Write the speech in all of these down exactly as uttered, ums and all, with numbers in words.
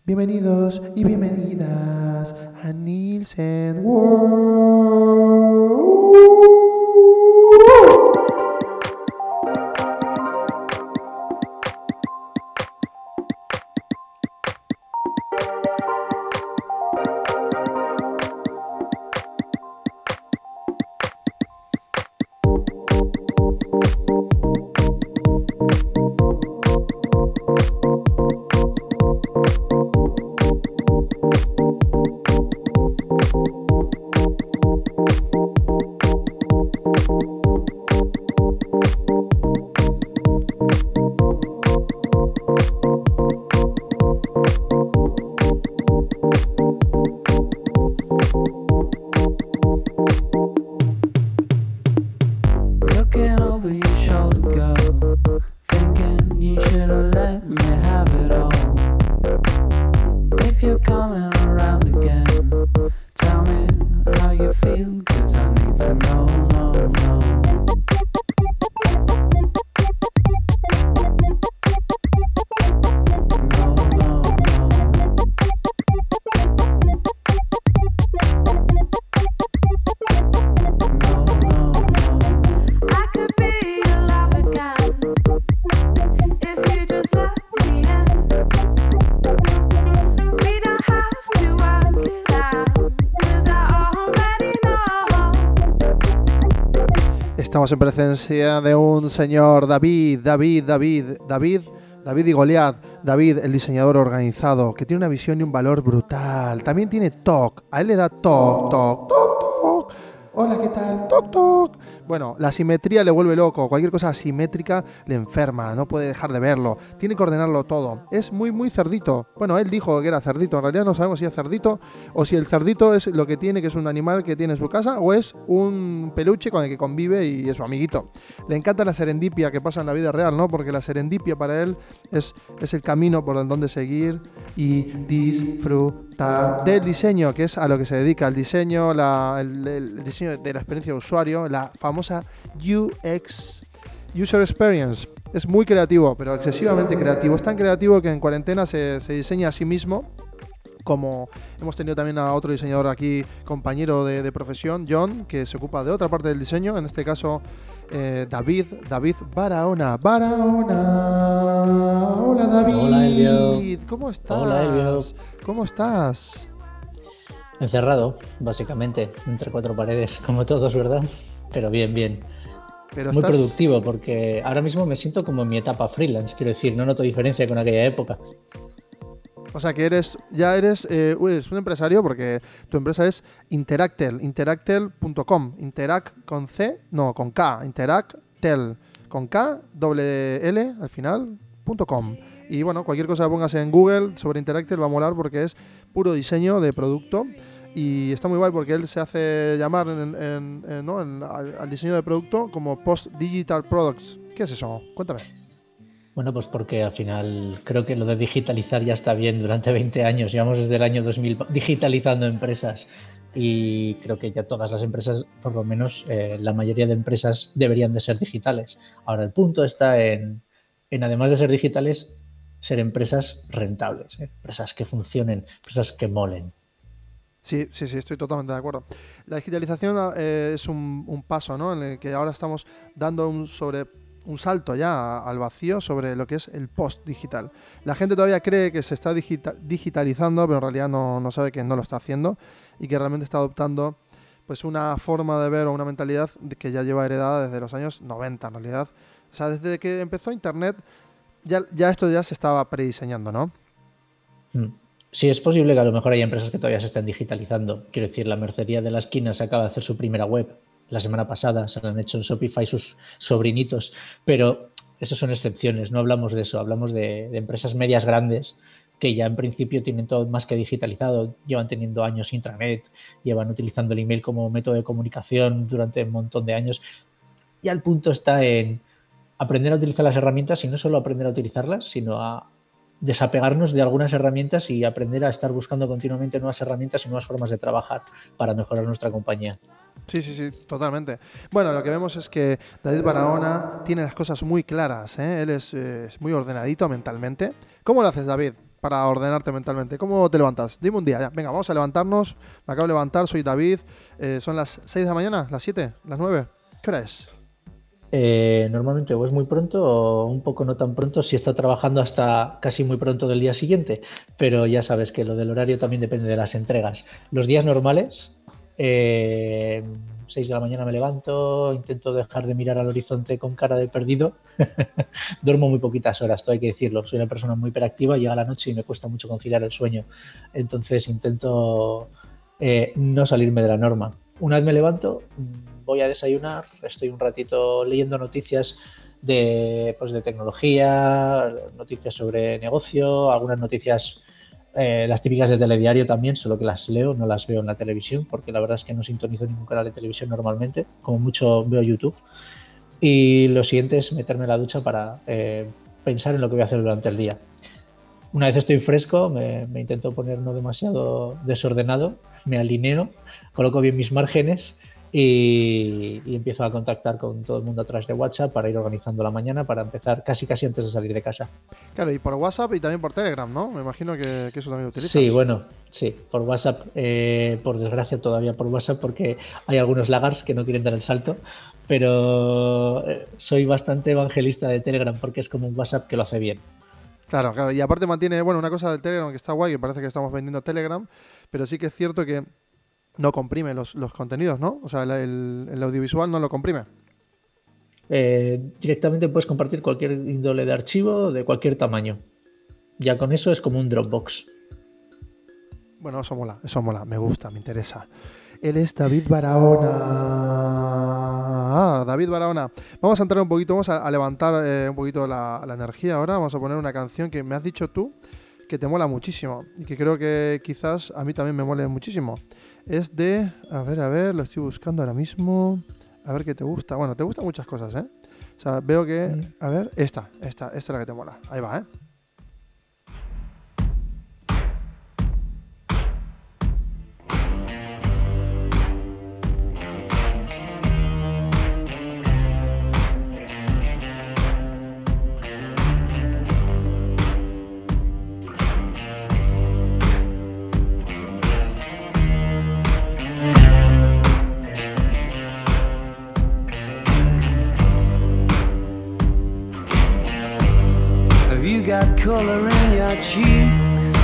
Bienvenidos y bienvenidas a Nielsen World. Looking over your shoulder, girl, thinking you should have let me have it all. If you're coming around again, tell me how you feel, 'cause I need to know, no, no. No, no, no. No, no, no. I could be your love again if you just let me in. We don't have to work it out, 'cause I already know. Estamos en presencia de un señor David, David, David, David, David y Goliat. David, el diseñador organizado, que tiene una visión y un valor brutal. También tiene T O C. A él le da T O C, T O C, T O C. Hola, ¿qué tal? Toc, toc. Bueno, la simetría le vuelve loco. Cualquier cosa asimétrica le enferma. No puede dejar de verlo. Tiene que ordenarlo todo. Es muy, muy cerdito. Bueno, él dijo que era cerdito. En realidad no sabemos si es cerdito o si el cerdito es lo que tiene, que es un animal que tiene en su casa, o es un peluche con el que convive y es su amiguito. Le encanta la serendipia que pasa en la vida real, ¿no? Porque la serendipia para él es, es el camino por donde seguir y disfrutar del diseño, que es a lo que se dedica. El diseño, la, el, el diseño de la experiencia de usuario, la famosa U X, User Experience. Es muy creativo, pero excesivamente creativo. Es tan creativo que en cuarentena se, se diseña a sí mismo. Como hemos tenido también a otro diseñador aquí, compañero de, de profesión, John, que se ocupa de otra parte del diseño, en este caso eh, David, David Barahona. Barahona. Hola David. Hola, Elvio. ¿Cómo estás? Hola, Elvio. ¿Cómo estás? Encerrado, básicamente, entre cuatro paredes, como todos, ¿verdad? Pero bien, bien. Pero Muy estás... productivo, porque ahora mismo me siento como en mi etapa freelance, quiero decir, no noto diferencia con aquella época. O sea que eres, ya eres, eh, eres un empresario, porque tu empresa es Interactel, interactel punto com, Interact con C, no, con K, Interactel, con K, doble L al final, punto com. Y bueno, cualquier cosa que pongas en Google sobre Interactel va a molar porque es puro diseño de producto. Y está muy guay porque él se hace llamar en, en, en, ¿no? en, al, al diseño de producto como Post Digital Products. ¿Qué es eso? Cuéntame. Bueno, pues porque al final creo que lo de digitalizar ya está bien durante veinte años. Llevamos desde el año dos mil digitalizando empresas y creo que ya todas las empresas, por lo menos eh, la mayoría de empresas deberían de ser digitales. Ahora el punto está en, en además de ser digitales, ser empresas rentables, ¿eh? Empresas que funcionen, empresas que molen. Sí, sí, sí, estoy totalmente de acuerdo. La digitalización eh, es un, un paso, ¿no? En el que ahora estamos dando un sobre un salto ya al vacío sobre lo que es el post-digital. La gente todavía cree que se está digita- digitalizando, pero en realidad no, no sabe que no lo está haciendo y que realmente está adoptando pues una forma de ver o una mentalidad que ya lleva heredada desde los años noventa, en realidad. O sea, desde que empezó Internet, ya, ya esto ya se estaba prediseñando, ¿no? Mm. Sí, es posible que a lo mejor haya empresas que todavía se estén digitalizando. Quiero decir, la mercería de la esquina se acaba de hacer su primera web. La semana pasada se la han hecho en Shopify sus sobrinitos. Pero eso son excepciones, no hablamos de eso. Hablamos de, de empresas medias grandes que ya en principio tienen todo más que digitalizado. Llevan teniendo años intranet, llevan utilizando el email como método de comunicación durante un montón de años. Y el punto está en aprender a utilizar las herramientas y no solo aprender a utilizarlas, sino a desapegarnos de algunas herramientas y aprender a estar buscando continuamente nuevas herramientas y nuevas formas de trabajar para mejorar nuestra compañía. Sí, sí, sí, totalmente. Bueno, lo que vemos es que David Barahona tiene las cosas muy claras, ¿eh? Él es, eh, es muy ordenadito mentalmente. ¿Cómo lo haces, David? para ordenarte mentalmente? ¿Cómo te levantas? Dime un día, ya. Venga, vamos a levantarnos. Me acabo de levantar, soy David. Eh, ¿Son las seis de la mañana? ¿Las siete? ¿Las nueve? ¿Qué hora es? Eh, normalmente o es muy pronto o un poco no tan pronto si está trabajando hasta casi muy pronto del día siguiente, pero ya sabes que lo del horario también depende de las entregas. Los días normales, eh, seis de la mañana me levanto, intento dejar de mirar al horizonte con cara de perdido. Duermo muy poquitas horas, todo hay que decirlo. Soy una persona muy hiperactiva, llega la noche y me cuesta mucho conciliar el sueño. Entonces intento eh, no salirme de la norma. Una vez me levanto, voy a desayunar, estoy un ratito leyendo noticias de, pues, de tecnología, noticias sobre negocio, algunas noticias, eh, las típicas de telediario también, solo que las leo, no las veo en la televisión, porque la verdad es que no sintonizo ningún canal de televisión normalmente, como mucho veo YouTube. Y lo siguiente es meterme en la ducha para eh, pensar en lo que voy a hacer durante el día. Una vez estoy fresco, me, me intento poner no demasiado desordenado, me alineo, coloco bien mis márgenes y, y empiezo a contactar con todo el mundo a través de WhatsApp para ir organizando la mañana para empezar casi casi antes de salir de casa. Claro, y por WhatsApp y también por Telegram, ¿no? Me imagino que, que eso también lo utilizas. Sí, bueno, sí, por WhatsApp, eh, por desgracia todavía por WhatsApp porque hay algunos lagars que no quieren dar el salto, pero eh, soy bastante evangelista de Telegram porque es como un WhatsApp que lo hace bien. Claro, claro, y aparte mantiene, bueno, una cosa del Telegram que está guay, que parece que estamos vendiendo Telegram, pero sí que es cierto que no comprime los, los contenidos, ¿no? O sea, el, el- el audiovisual no lo comprime. Eh, directamente puedes compartir cualquier índole de archivo de cualquier tamaño. Ya con eso es como un Dropbox. Bueno, eso mola, eso mola, me gusta, me interesa. Él es David Barahona. Ah, David Barahona. Vamos a entrar un poquito, vamos a, a levantar eh, un poquito la, la energía ahora. Vamos a poner una canción que me has dicho tú que te mola muchísimo y que creo que quizás a mí también me mole muchísimo. Es de, a ver, a ver, lo estoy buscando ahora mismo. A ver qué te gusta. Bueno, te gustan muchas cosas, ¿eh? O sea, veo que, a ver, esta, esta, esta es la que te mola. Ahí va, ¿eh? Have you got color in your cheeks?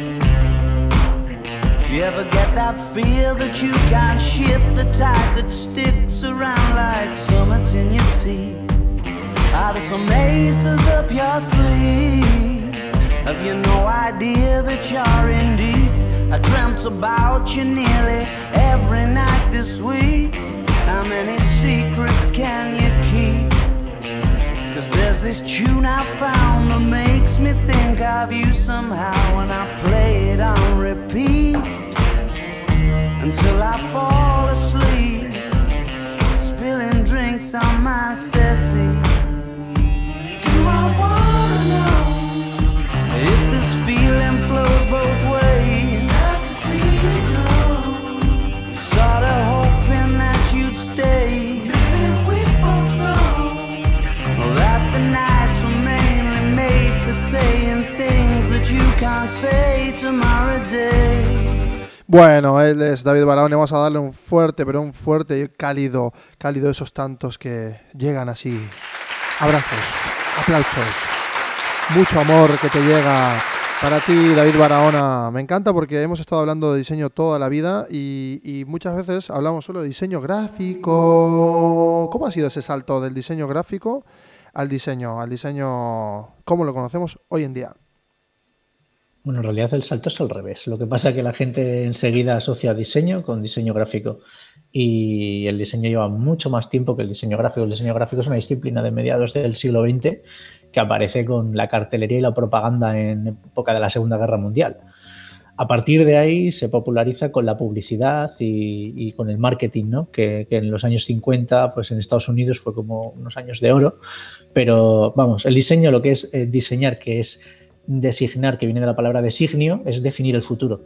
Do you ever get that feel that you can't shift, the type that sticks around like summits in your teeth? Are there some aces up your sleeve? Have you no idea that you're in deep? I dreamt about you nearly every night this week. How many secrets can you keep? Cause there's this tune I found that makes me think of you somehow, and I play it on repeat until I fall asleep, spilling drinks on my settee. Do I wanna know if this feeling flows both ways? Sad to see you go, sorta hoping that you'd stay. Maybe we both know that the nights were mainly made for saying things that you can't say tomorrow day. Bueno, él es David Barahona y vamos a darle un fuerte, pero un fuerte y cálido, cálido esos tantos que llegan así. Abrazos, aplausos, mucho amor que te llega para ti, David Barahona. Me encanta porque hemos estado hablando de diseño toda la vida y, y muchas veces hablamos solo de diseño gráfico. ¿Cómo ha sido ese salto del diseño gráfico al diseño, al diseño como lo conocemos hoy en día? Bueno, en realidad el salto es al revés. Lo que pasa es que la gente enseguida asocia diseño con diseño gráfico. Y el diseño lleva mucho más tiempo que el diseño gráfico. El diseño gráfico es una disciplina de mediados del siglo veinte que aparece con la cartelería y la propaganda en época de la Segunda Guerra Mundial. A partir de ahí se populariza con la publicidad y, y con el marketing, ¿no? Que, que en los años cincuenta, pues en Estados Unidos fue como unos años de oro. Pero vamos, el diseño, lo que es eh, diseñar, que es designar, que viene de la palabra designio, es definir el futuro.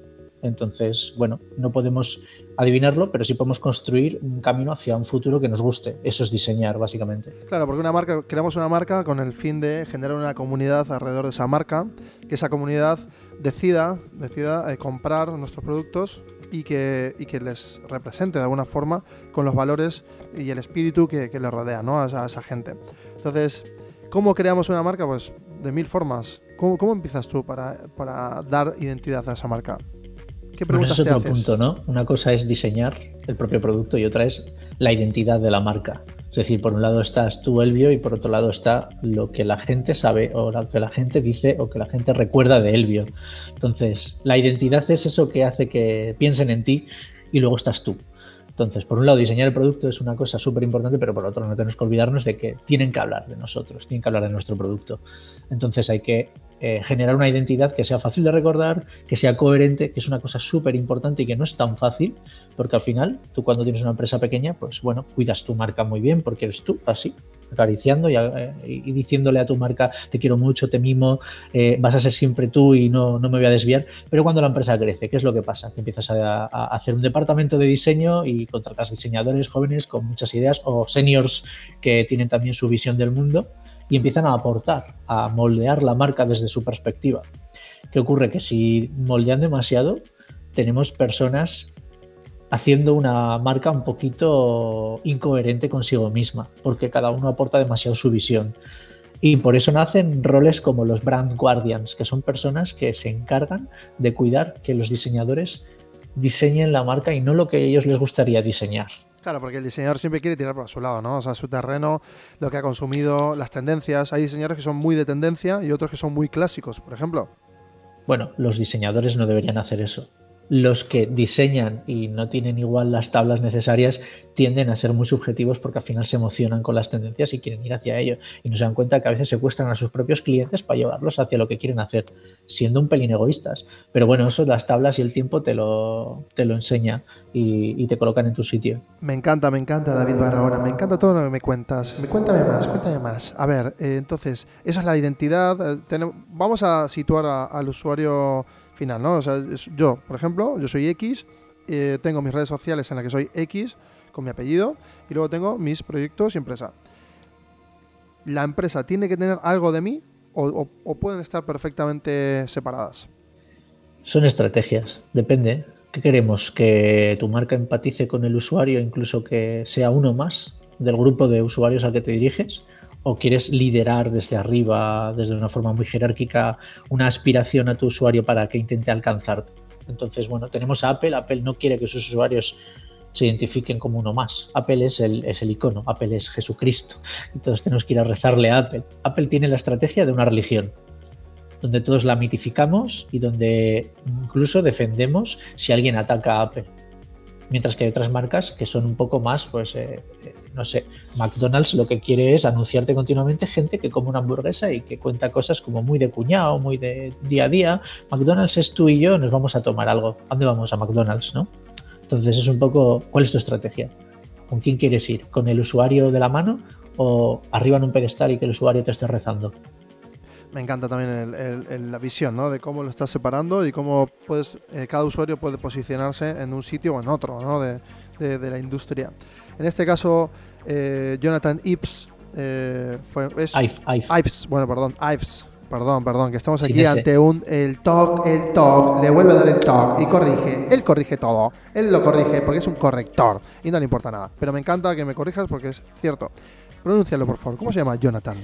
Entonces, bueno, no podemos adivinarlo, pero sí podemos construir un camino hacia un futuro que nos guste. Eso es diseñar, básicamente. Claro, porque una marca, creamos una marca con el fin de generar una comunidad alrededor de esa marca, que esa comunidad decida, decida eh, comprar nuestros productos y que, y que les represente de alguna forma con los valores y el espíritu que, que les rodea, ¿no? a, esa, a esa gente. Entonces, ¿cómo creamos una marca? Pues de mil formas. ¿Cómo, cómo empiezas tú para, para dar identidad a esa marca? ¿Qué Bueno, preguntas ese es te otro haces? punto, ¿no? Una cosa es diseñar el propio producto y otra es la identidad de la marca. Es decir, por un lado estás tú, Elvio, y por otro lado está lo que la gente sabe o lo que la gente dice o que la gente recuerda de Elvio. Entonces, la identidad es eso que hace que piensen en ti y luego estás tú. Entonces, por un lado, diseñar el producto es una cosa súper importante, pero por otro, no tenemos que olvidarnos de que tienen que hablar de nosotros, tienen que hablar de nuestro producto. Entonces, hay que eh, generar una identidad que sea fácil de recordar, que sea coherente, que es una cosa súper importante y que no es tan fácil, porque al final, tú cuando tienes una empresa pequeña, pues bueno, cuidas tu marca muy bien, porque eres tú, así, acariciando y, eh, y diciéndole a tu marca, te quiero mucho, te mimo, eh, vas a ser siempre tú y no, no me voy a desviar. Pero cuando la empresa crece, ¿qué es lo que pasa? Que empiezas a, a hacer un departamento de diseño y contratas diseñadores jóvenes con muchas ideas o seniors que tienen también su visión del mundo y empiezan a aportar, a moldear la marca desde su perspectiva. ¿Qué ocurre? Que si moldean demasiado, tenemos personas haciendo una marca un poquito incoherente consigo misma, porque cada uno aporta demasiado su visión. Y por eso nacen roles como los brand guardians, que son personas que se encargan de cuidar que los diseñadores diseñen la marca y no lo que a ellos les gustaría diseñar. Claro, porque el diseñador siempre quiere tirar por su lado, ¿no? O sea, su terreno, lo que ha consumido, las tendencias. Hay diseñadores que son muy de tendencia y otros que son muy clásicos, por ejemplo. Bueno, los diseñadores no deberían hacer eso. Los que diseñan y no tienen igual las tablas necesarias tienden a ser muy subjetivos porque al final se emocionan con las tendencias y quieren ir hacia ello y no se dan cuenta que a veces secuestran a sus propios clientes para llevarlos hacia lo que quieren hacer, siendo un pelín egoístas. Pero bueno, eso las tablas y el tiempo te lo, te lo enseña y, y te colocan en tu sitio. Me encanta, me encanta, David Barahona, me encanta todo lo que me cuentas. Me, cuéntame más, cuéntame más. A ver, eh, entonces, esa es la identidad. eh, tenemos- vamos a situar a- al usuario final, ¿no? O sea, es- yo, por ejemplo, yo soy X, eh, tengo mis redes sociales en las que soy X, con mi apellido, y luego tengo mis proyectos y empresa. ¿La empresa tiene que tener algo de mí o, o- o pueden estar perfectamente separadas? Son estrategias, depende. ¿Qué queremos? ¿Que tu marca empatice con el usuario, incluso que sea uno más del grupo de usuarios al que te diriges? ¿O quieres liderar desde arriba, desde una forma muy jerárquica, una aspiración a tu usuario para que intente alcanzarte? Entonces, bueno, tenemos a Apple. Apple no quiere que sus usuarios se identifiquen como uno más. Apple es el, es el icono, Apple es Jesucristo. Entonces tenemos que ir a rezarle a Apple. Apple tiene la estrategia de una religión, donde todos la mitificamos y donde incluso defendemos si alguien ataca a Apple. Mientras que hay otras marcas que son un poco más, pues, eh, eh, no sé, McDonald's lo que quiere es anunciarte continuamente gente que come una hamburguesa y que cuenta cosas como muy de cuñado, muy de día a día. McDonald's es tú y yo, nos vamos a tomar algo. ¿A dónde vamos? A McDonald's, ¿no? Entonces es un poco, ¿cuál es tu estrategia? ¿Con quién quieres ir? ¿Con el usuario de la mano o arriba en un pedestal y que el usuario te esté rezando? Me encanta también el- el- el- la visión, ¿no? De cómo lo estás separando y cómo puedes, eh, cada usuario puede posicionarse en un sitio o en otro, ¿no? de, de- de la industria. En este caso, eh, Jonathan Ives eh, fue, es Ive, Ive. Ives, bueno, perdón, Ives, perdón, perdón, que estamos Sin aquí ese. ante un el talk, el talk, le vuelve a dar el talk y corrige, él corrige todo, él lo corrige porque es un corrector y no le importa nada. Pero me encanta que me corrijas porque es cierto. Pronúncialo, por favor. ¿Cómo se llama Jonathan?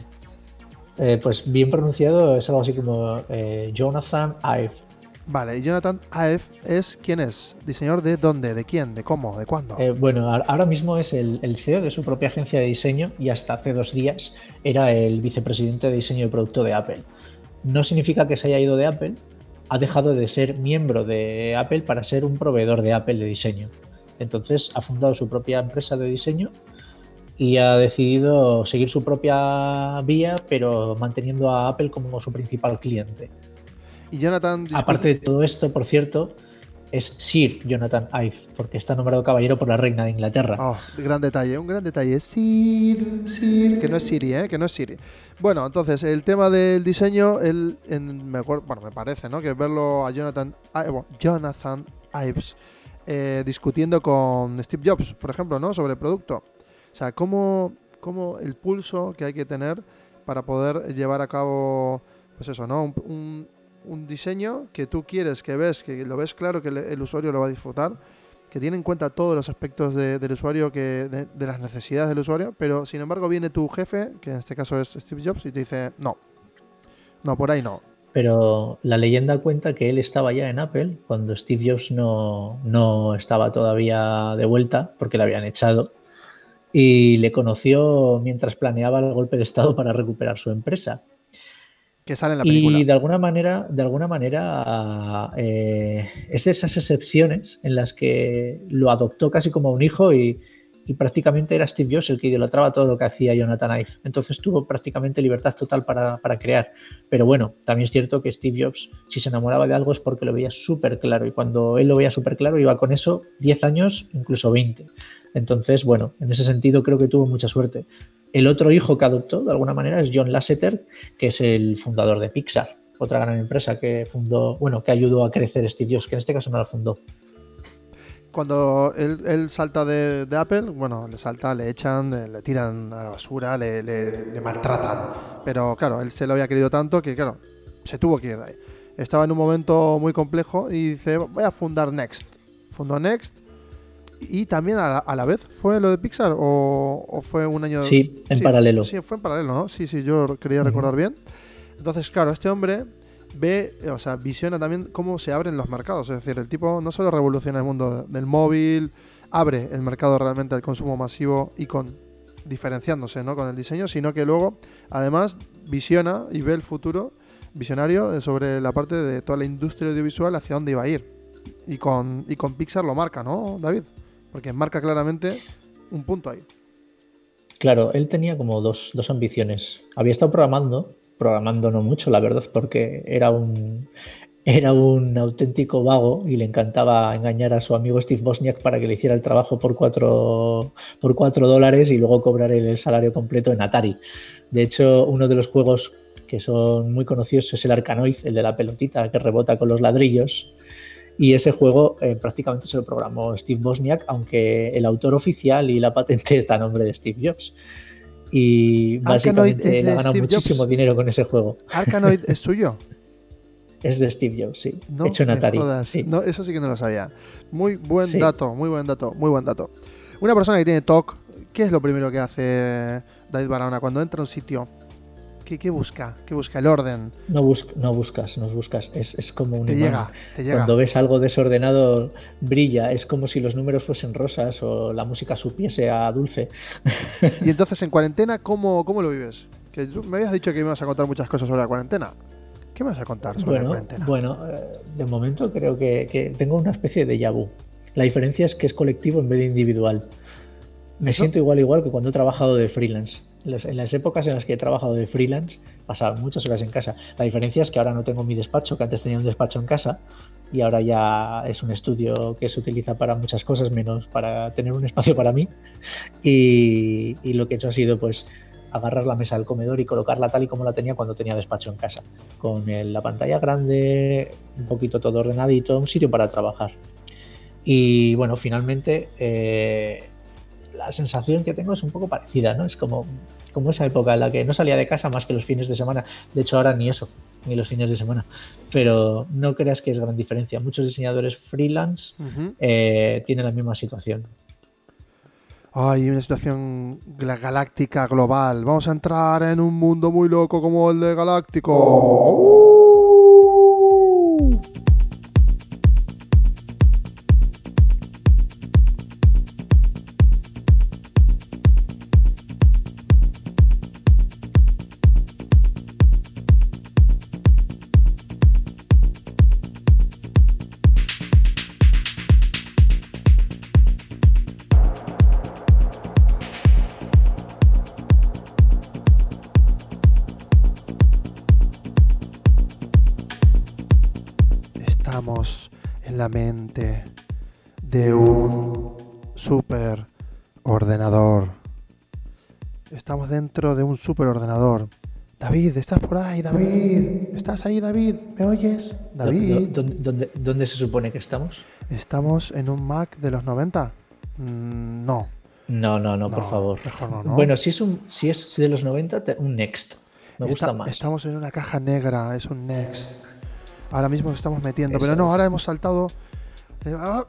Eh, pues bien pronunciado es algo así como eh, Jonathan Ive. Vale, y Jonathan Ive es ¿quién es? ¿Diseñador de dónde? ¿De quién? ¿De cómo? ¿De cuándo? Eh, bueno, a- ahora mismo es el, el C E O de su propia agencia de diseño y hasta hace dos días era el vicepresidente de diseño de producto de Apple. No significa que se haya ido de Apple, ha dejado de ser miembro de Apple para ser un proveedor de Apple de diseño. Entonces ha fundado su propia empresa de diseño y ha decidido seguir su propia vía, pero manteniendo a Apple como su principal cliente. Y Jonathan discute- Aparte de todo esto, por cierto, es Sir Jonathan Ive, porque está nombrado caballero por la reina de Inglaterra. Oh, gran detalle, un gran detalle. Sir, Sir, que no es Siri, ¿eh? Que no es Siri. Bueno, entonces, el tema del diseño, el, en, me acuerdo, bueno, me parece, ¿no? Que verlo a Jonathan, I- bueno, Jonathan Ives eh, discutiendo con Steve Jobs, por ejemplo, ¿no? Sobre el producto. O sea, cómo, cómo el pulso que hay que tener para poder llevar a cabo, pues eso, ¿no? Un, un, un diseño que tú quieres, que ves, que lo ves claro, que el, el usuario lo va a disfrutar, que tiene en cuenta todos los aspectos de, del usuario, que de, de las necesidades del usuario, pero sin embargo viene tu jefe, que en este caso es Steve Jobs, y te dice, no, no, por ahí no. Pero la leyenda cuenta que él estaba ya en Apple cuando Steve Jobs no, no estaba todavía de vuelta, porque le habían echado, y le conoció mientras planeaba el golpe de estado para recuperar su empresa. Que sale en la película. Y de alguna manera, de alguna manera eh, es de esas excepciones en las que lo adoptó casi como un hijo y, y prácticamente era Steve Jobs el que idolatraba todo lo que hacía Jonathan Ive. Entonces tuvo prácticamente libertad total para, para crear. Pero bueno, también es cierto que Steve Jobs, si se enamoraba de algo es porque lo veía súper claro. Y cuando él lo veía súper claro, iba con eso diez años, incluso veinte. Entonces, bueno, en ese sentido creo que tuvo mucha suerte. El otro hijo que adoptó, de alguna manera, es John Lasseter, que es el fundador de Pixar, otra gran empresa que fundó, bueno, que ayudó a crecer Steve Jobs, que en este caso no la fundó. Cuando él, él salta de, de Apple, bueno, le salta, le echan, le, le tiran a la basura, le, le, le maltratan. Pero claro, él se lo había querido tanto que, claro, se tuvo que ir de ahí. Estaba en un momento muy complejo y dice, voy a fundar Next. Fundó Next. ¿Y también a la, a la vez fue lo de Pixar o, o fue un año? Sí, en sí, paralelo. Sí, fue en paralelo, ¿no? Sí, sí, yo quería recordar uh-huh. bien. Entonces, claro, este hombre ve, o sea, visiona también cómo se abren los mercados. Es decir, el tipo no solo revoluciona el mundo del móvil, abre el mercado realmente al consumo masivo y con diferenciándose, ¿no? Con el diseño, sino que luego, además, visiona y ve el futuro visionario sobre la parte de toda la industria audiovisual hacia dónde iba a ir. Y con, y con Pixar lo marca, ¿no, David? Porque marca claramente un punto ahí. Claro, él tenía como dos, dos ambiciones. Había estado programando, programando no mucho, la verdad, porque era un, era un auténtico vago y le encantaba engañar a su amigo Steve Wozniak para que le hiciera el trabajo por cuatro, por cuatro dólares y luego cobrar el salario completo en Atari. De hecho, uno de los juegos que son muy conocidos es el Arkanoid, el de la pelotita que rebota con los ladrillos. Y ese juego eh, prácticamente se lo programó Steve Wozniak, aunque el autor oficial y la patente está a nombre de Steve Jobs. Y básicamente él ha ganado muchísimo Jobs. dinero con ese juego. ¿Arkanoid es suyo? Es de Steve Jobs, sí. No hecho en Atari. Sí. No, eso sí que no lo sabía. Muy buen sí. dato, muy buen dato, muy buen dato. Una persona que tiene T O C, ¿qué es lo primero que hace David Barahona cuando entra a un sitio? ¿Qué, qué busca? ¿Qué busca? El orden. No, bus no buscas, no buscas. Es, es como un te imán. llega, te llega. Cuando ves algo desordenado, brilla. Es como si los números fuesen rosas o la música supiese a dulce. Y entonces, en cuarentena, ¿cómo, cómo lo vives? Que me habías dicho que me ibas a contar muchas cosas sobre la cuarentena. ¿Qué me vas a contar sobre bueno, la cuarentena? Bueno, de momento creo que, que tengo una especie de déjà vu. La diferencia es que es colectivo en vez de individual. Me ¿Eso? siento igual igual que cuando he trabajado de freelance. En las épocas en las que he trabajado de freelance, pasaba muchas horas en casa. La diferencia es que ahora no tengo mi despacho, que antes tenía un despacho en casa, y ahora ya es un estudio que se utiliza para muchas cosas, menos para tener un espacio para mí. Y, y lo que he hecho ha sido, pues, agarrar la mesa del comedor y colocarla tal y como la tenía cuando tenía despacho en casa. Con el, la pantalla grande, un poquito todo ordenadito, un sitio para trabajar. Y bueno, finalmente... Eh, la sensación que tengo es un poco parecida, ¿no? Es como, como esa época en la que no salía de casa más que los fines de semana. De hecho, ahora ni eso, ni los fines de semana. Pero no creas que es gran diferencia. Muchos diseñadores freelance uh-huh. eh, tienen la misma situación. Ay, una situación galáctica global. Vamos a entrar en un mundo muy loco como el de Galáctico. ¡Uh! en la mente de un super ordenador. Estamos dentro de un superordenador. David, ¿estás por ahí? David, ¿estás ahí, David? ¿Me oyes? David. ¿Dónde, dónde, dónde se supone que estamos? ¿Estamos en un Mac de los noventa? Mm, no. No, no, no, por No, favor. mejor no, ¿no? Bueno, si es un, si es de los noventa, te- un Next. Me gusta Está- más. Estamos en una caja negra, es un Next. Ahora mismo nos estamos metiendo, Eso pero no, es. ahora hemos saltado. eh, ah,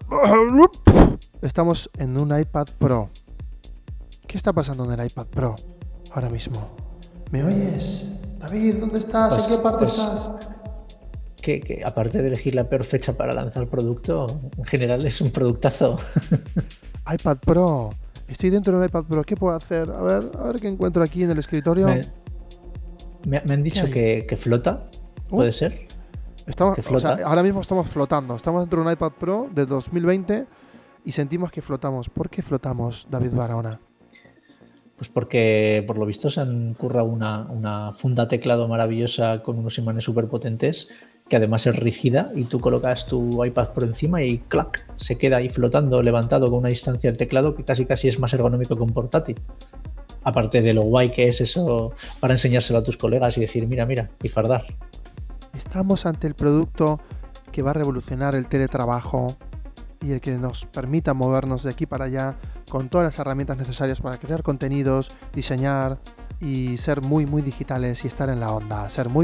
Estamos en un iPad Pro. ¿Qué está pasando en el iPad Pro ahora mismo? ¿Me oyes? David, ¿dónde estás? ¿En Pues- qué parte pues- estás? Que, que aparte de elegir la peor fecha para lanzar producto, en general es un productazo. iPad Pro. Estoy dentro del iPad Pro. ¿Qué puedo hacer? A ver, a ver qué encuentro aquí en el escritorio. Me, me- me han dicho hay? que, que flota, Uh. puede ser. Estamos, que o sea, flota. ahora mismo estamos flotando. Estamos dentro de un iPad Pro de dos mil veinte y sentimos que flotamos. ¿Por qué flotamos, David Barahona? Pues porque por lo visto se han currado una, una funda teclado maravillosa con unos imanes súper potentes que además es rígida y tú colocas tu iPad por encima y ¡clac! Se queda ahí flotando, levantado con una distancia del teclado que casi casi es más ergonómico que un portátil. Aparte de lo guay que es eso para enseñárselo a tus colegas y decir mira, mira, y fardar. Estamos ante el producto que va a revolucionar el teletrabajo y el que nos permita movernos de aquí para allá con todas las herramientas necesarias para crear contenidos, diseñar y ser muy muy digitales y estar en la onda, ser muy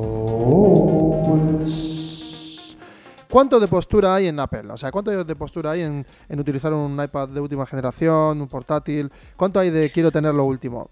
cool. ¿Cuánto de postura hay en Apple? O sea, ¿cuánto de postura hay en, en utilizar un iPad de última generación, un portátil? ¿Cuánto hay de quiero tener lo último?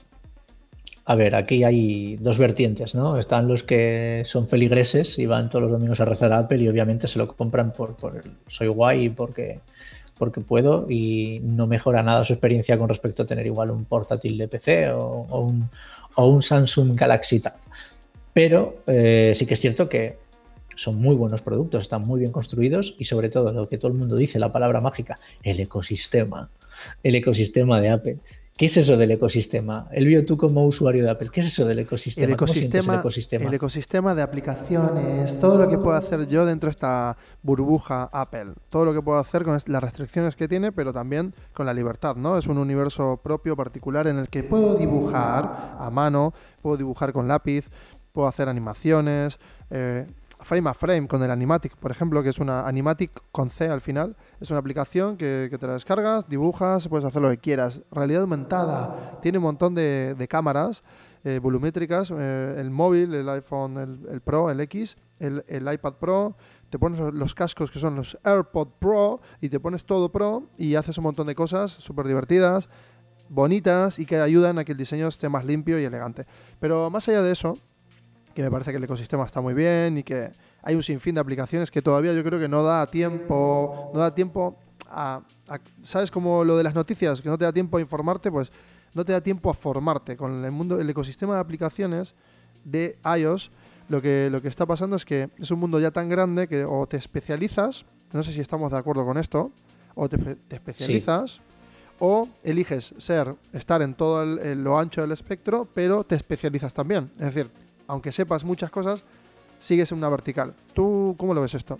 A ver, aquí hay dos vertientes, ¿no? Están los que son feligreses y van todos los domingos a rezar a Apple y obviamente se lo compran por, por el soy guay y porque, porque puedo y no mejora nada su experiencia con respecto a tener igual un portátil de P C o, o un, o un Samsung Galaxy Tab. Pero eh, sí que es cierto que son muy buenos productos, están muy bien construidos y sobre todo lo que todo el mundo dice, la palabra mágica, el ecosistema, el ecosistema de Apple. ¿Qué es eso del ecosistema? Elvio, tú como usuario de Apple, ¿qué es eso del ecosistema? El ¿Cómo sientes ecosistema, el ecosistema? el ecosistema de aplicaciones, todo lo que puedo hacer yo dentro de esta burbuja Apple, todo lo que puedo hacer con las restricciones que tiene, pero también con la libertad, ¿no? Es un universo propio, particular, en el que puedo dibujar a mano, puedo dibujar con lápiz, puedo hacer animaciones, eh, frame a frame con el Animatic, por ejemplo, que es una Animatic con C al final. Es una aplicación que, que te la descargas, dibujas, puedes hacer lo que quieras. Realidad aumentada, tiene un montón de, de cámaras eh, volumétricas, eh, el móvil, el iPhone, el, el Pro, el X, el, el iPad Pro, te pones los, los cascos que son los AirPod Pro y te pones todo Pro y haces un montón de cosas súper divertidas, bonitas y que ayudan a que el diseño esté más limpio y elegante. Pero más allá de eso, que me parece que el ecosistema está muy bien y que hay un sinfín de aplicaciones que todavía yo creo que no da tiempo, no da tiempo a, a- ¿sabes? Como lo de las noticias, que no te da tiempo a informarte, pues no te da tiempo a formarte. Con el mundo, el ecosistema de aplicaciones de iOS, lo que, lo que está pasando es que es un mundo ya tan grande que o te especializas, no sé si estamos de acuerdo con esto, o te, te especializas, o eliges ser, estar en todo el- el- lo ancho del espectro, pero te especializas también. Es decir, aunque sepas muchas cosas, sigues en una vertical. ¿Tú cómo lo ves esto?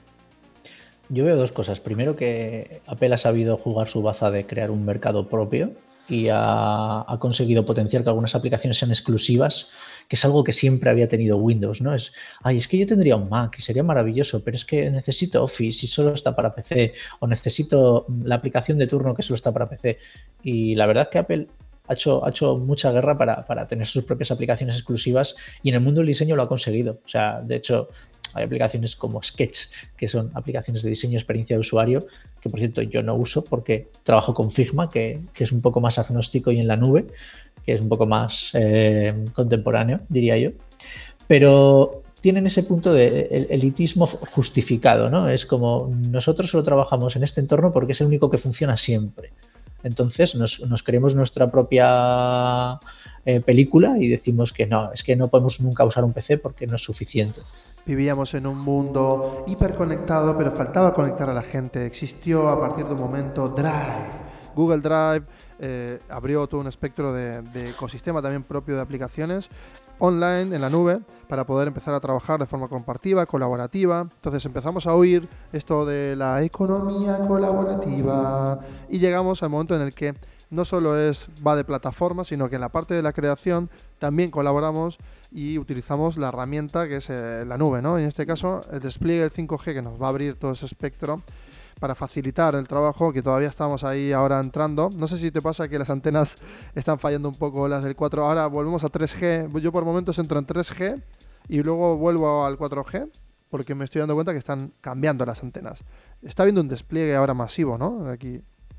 Yo veo dos cosas. Primero, que Apple ha sabido jugar su baza de crear un mercado propio y ha, ha conseguido potenciar que algunas aplicaciones sean exclusivas, que es algo que siempre había tenido Windows, ¿no? Es, ay, es que yo tendría un Mac y sería maravilloso, pero es que necesito Office y solo está para P C, o necesito la aplicación de turno que solo está para P C. Y la verdad es que Apple ha hecho, ha hecho mucha guerra para, para tener sus propias aplicaciones exclusivas y en el mundo del diseño lo ha conseguido. O sea, de hecho, hay aplicaciones como Sketch, que son aplicaciones de diseño y experiencia de usuario, que por cierto yo no uso porque trabajo con Figma, que, que es un poco más agnóstico y en la nube, que es un poco más eh, contemporáneo, diría yo. Pero tienen ese punto de el- elitismo justificado, ¿no? Es como nosotros solo trabajamos en este entorno porque es el único que funciona siempre. Entonces nos, nos creemos nuestra propia eh, película y decimos que no, es que no podemos nunca usar un P C porque no es suficiente. Vivíamos en un mundo hiperconectado, pero faltaba conectar a la gente. Existió a partir de un momento Drive. Google Drive eh, abrió todo un espectro de, de ecosistema también propio de aplicaciones. online, en la nube, para poder empezar a trabajar de forma compartida, colaborativa. Entonces empezamos a oír esto de la economía colaborativa y llegamos al momento en el que no solo es va de plataforma, sino que en la parte de la creación también colaboramos y utilizamos la herramienta que es eh, la nube, ¿no? En este caso, el despliegue del cinco G, que nos va a abrir todo ese espectro para facilitar el trabajo, que todavía estamos ahí ahora entrando. No sé si te pasa que las antenas están fallando un poco, las del cuatro. Ahora volvemos a tres G. Yo por momentos entro en tres G y luego vuelvo al cuatro G porque me estoy dando cuenta que están cambiando las antenas. Está habiendo un despliegue ahora masivo, ¿no? Aquí.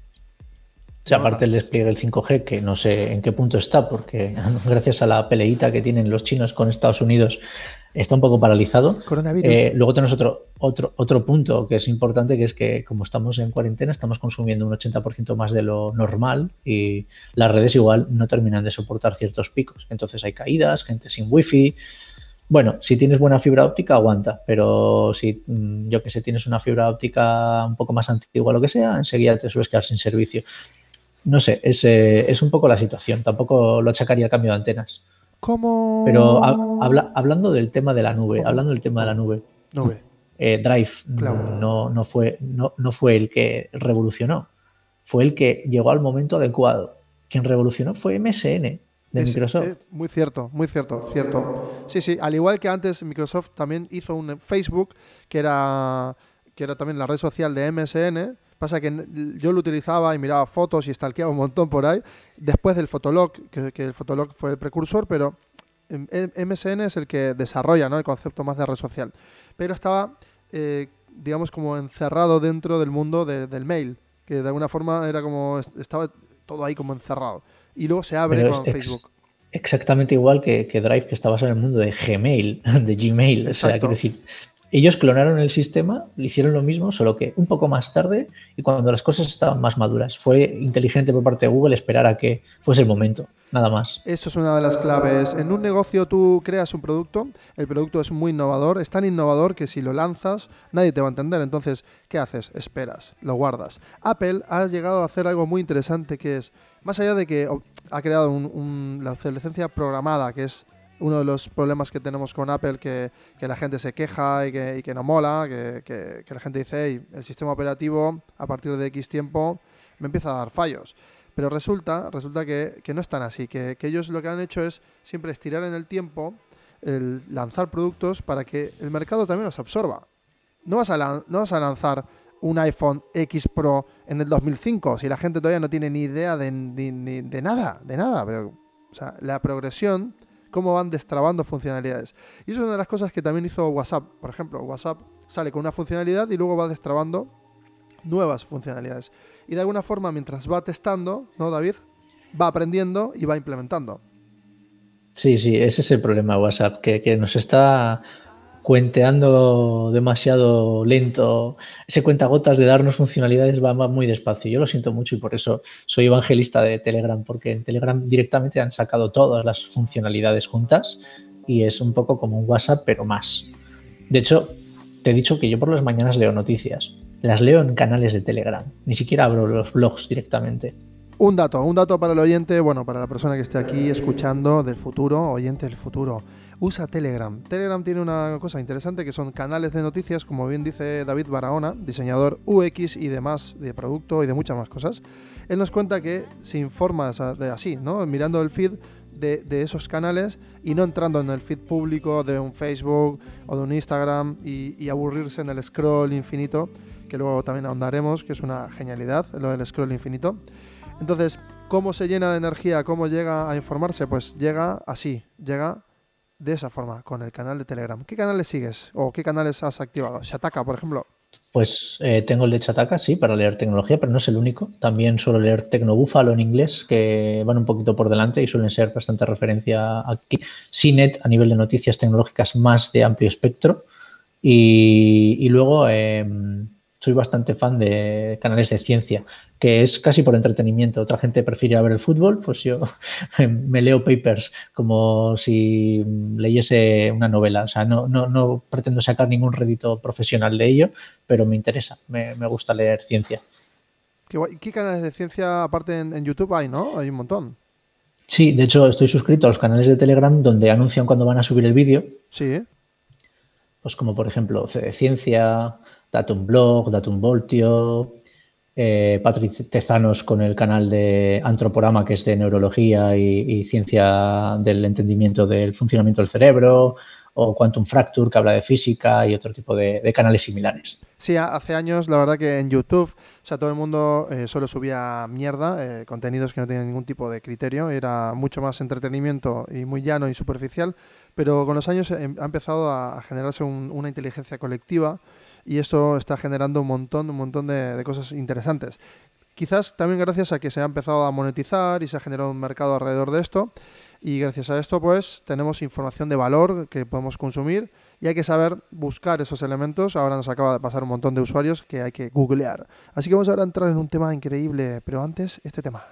O sea, aparte el despliegue del cinco G, que no sé en qué punto está, porque gracias a la peleita que tienen los chinos con Estados Unidos, está un poco paralizado. Coronavirus. Eh, luego tenemos otro, otro, otro punto que es importante, que es que como estamos en cuarentena, estamos consumiendo un ochenta por ciento más de lo normal y las redes igual no terminan de soportar ciertos picos. Entonces hay caídas, gente sin wifi. Bueno, si tienes buena fibra óptica, aguanta, pero si, yo que sé, tienes una fibra óptica un poco más antigua o lo que sea, enseguida te sueles quedar sin servicio. No sé, es, eh, es un poco la situación. Tampoco lo achacaría al cambio de antenas. ¿Cómo? Pero ha, habla, hablando del tema de la nube, ¿Cómo? hablando del tema de la nube, Nube. eh, Drive Claro. no, no, fue, no, no fue el que revolucionó, fue el que llegó al momento adecuado. Quien revolucionó fue M S N de Es, Microsoft. eh, muy cierto, muy cierto, cierto. Sí, sí, al igual que antes Microsoft también hizo un Facebook que era, que era también la red social de M S N. Pasa que n- yo lo utilizaba y miraba fotos y stalkeaba un montón por ahí. Después del Fotolog, que, que el Fotolog fue el precursor, pero em, em- M S N es el que desarrolla, ¿no?, el concepto más de red social. Pero estaba, eh, digamos, como encerrado dentro del mundo de- del mail, que de alguna forma era como est- estaba todo ahí como encerrado. Y luego se abre Pero es con ex- Facebook. exactamente igual que, que Drive, que está basado en el mundo de Gmail, de Gmail. O sea, Exacto. quiero decir, ellos clonaron el sistema, le hicieron lo mismo, solo que un poco más tarde y cuando las cosas estaban más maduras. Fue inteligente por parte de Google esperar a que fuese el momento, nada más. Eso es una de las claves. En un negocio tú creas un producto, el producto es muy innovador, es tan innovador que si lo lanzas nadie te va a entender. Entonces, ¿qué haces? Esperas, lo guardas. Apple ha llegado a hacer algo muy interesante que es, más allá de que oh, ha creado un- un- la obsolescencia programada, que es uno de los problemas que tenemos con Apple, que, que la gente se queja y que, y que no mola, que, que- que la gente dice, hey, el sistema operativo a partir de X tiempo me empieza a dar fallos. Pero resulta, resulta que, que no es tan así, que, que ellos lo que han hecho es siempre estirar en el tiempo, el lanzar productos para que el mercado también los absorba. No vas a, lan- no vas a lanzar un iPhone X Pro en el dos mil cinco si la gente todavía no tiene ni idea de, ni- ni- de nada, de nada. Pero, o sea, la progresión, cómo van destrabando funcionalidades. Y eso es una de las cosas que también hizo WhatsApp. Por ejemplo, WhatsApp sale con una funcionalidad y luego va destrabando nuevas funcionalidades. Y de alguna forma, mientras va testando, ¿no, David? Va aprendiendo y va implementando. Sí, sí, ese es el problema de WhatsApp, que, que nos está cuenteando demasiado lento. Ese cuentagotas de darnos funcionalidades va, va muy despacio. Yo lo siento mucho y por eso soy evangelista de Telegram, porque en Telegram directamente han sacado todas las funcionalidades juntas y es un poco como un WhatsApp, pero más. De hecho, te he dicho que yo por las mañanas leo noticias. Las leo en canales de Telegram. Ni siquiera abro los blogs directamente. Un dato, un dato para el oyente, bueno, para la persona que esté aquí escuchando del futuro, oyente del futuro. Usa Telegram. Telegram tiene una cosa interesante que son canales de noticias, como bien dice David Barahona, diseñador U X y demás de producto y de muchas más cosas. Él nos cuenta que se informa de así, ¿no? Mirando el feed de, de esos canales y no entrando en el feed público de un Facebook o de un Instagram y, y aburrirse en el scroll infinito, que luego también ahondaremos, que es una genialidad, lo del scroll infinito. Entonces, ¿cómo se llena de energía? ¿Cómo llega a informarse? Pues llega así, llega de esa forma, con el canal de Telegram. ¿Qué canales sigues? ¿O qué canales has activado? Shataka, por ejemplo. Pues eh, tengo el de Chataka, sí, para leer tecnología, pero no es el único. También suelo leer Tecnobúfalo en inglés, que van un poquito por delante y suelen ser bastante referencia aquí. C net, a nivel de noticias tecnológicas más de amplio espectro. Y, y luego eh, soy bastante fan de canales de ciencia, que es casi por entretenimiento. Otra gente prefiere ver el fútbol, pues yo me leo papers como si leyese una novela. O sea, no, no, no pretendo sacar ningún rédito profesional de ello, pero me interesa, me, me gusta leer ciencia. ¿Qué, guay. ¿Qué canales de ciencia aparte en, en YouTube hay, no? Hay un montón. Sí, de hecho estoy suscrito a los canales de Telegram donde anuncian cuando van a subir el vídeo, Sí, pues como por ejemplo C de Ciencia, Datum Blog, Datum Voltio, eh, Patrick Tezanos con el canal de Antroporama, que es de neurología y, y ciencia del entendimiento del funcionamiento del cerebro, o Quantum Fracture, que habla de física, y otro tipo de, de canales similares. sí, ha- hace años la verdad que en YouTube, o sea, todo el mundo eh, solo subía mierda, eh, contenidos que no tenían ningún tipo de criterio, era mucho más entretenimiento y muy llano y superficial, pero con los años em- ha empezado a, a generarse un- una inteligencia colectiva y esto está generando un montón, un montón de, de cosas interesantes. Quizás también gracias a que se ha empezado a monetizar y se ha generado un mercado alrededor de esto. Y gracias a esto, pues, tenemos información de valor que podemos consumir y hay que saber buscar esos elementos. Ahora nos acaba de pasar un montón de usuarios que hay que googlear. Así que vamos ahora a entrar en un tema increíble, pero antes, este tema.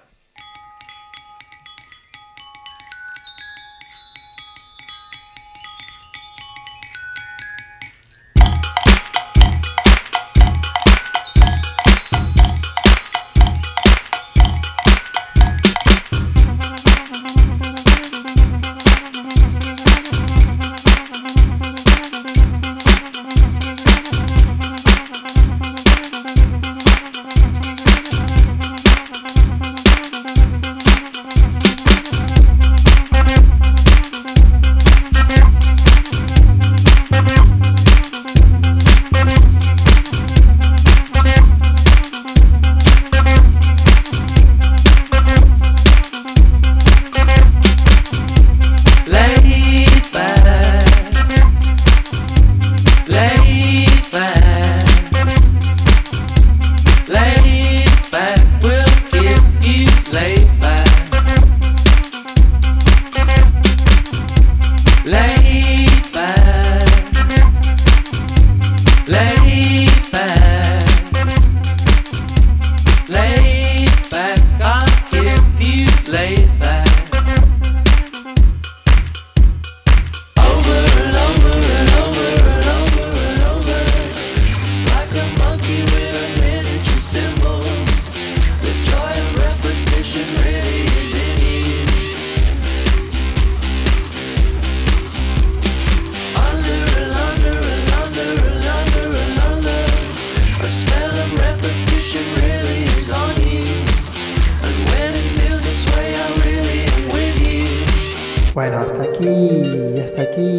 Laid back, laid back, laid back. We'll give you laid back, laid back, laid back, laid back. I'll give you laid back. Like a monkey with a miniature symbol, the joy of repetition really is in you. Under and under and under and under and under, a smell of repetition really is on you. And when it feels this way, I really am with you. Bueno, hasta aquí, hasta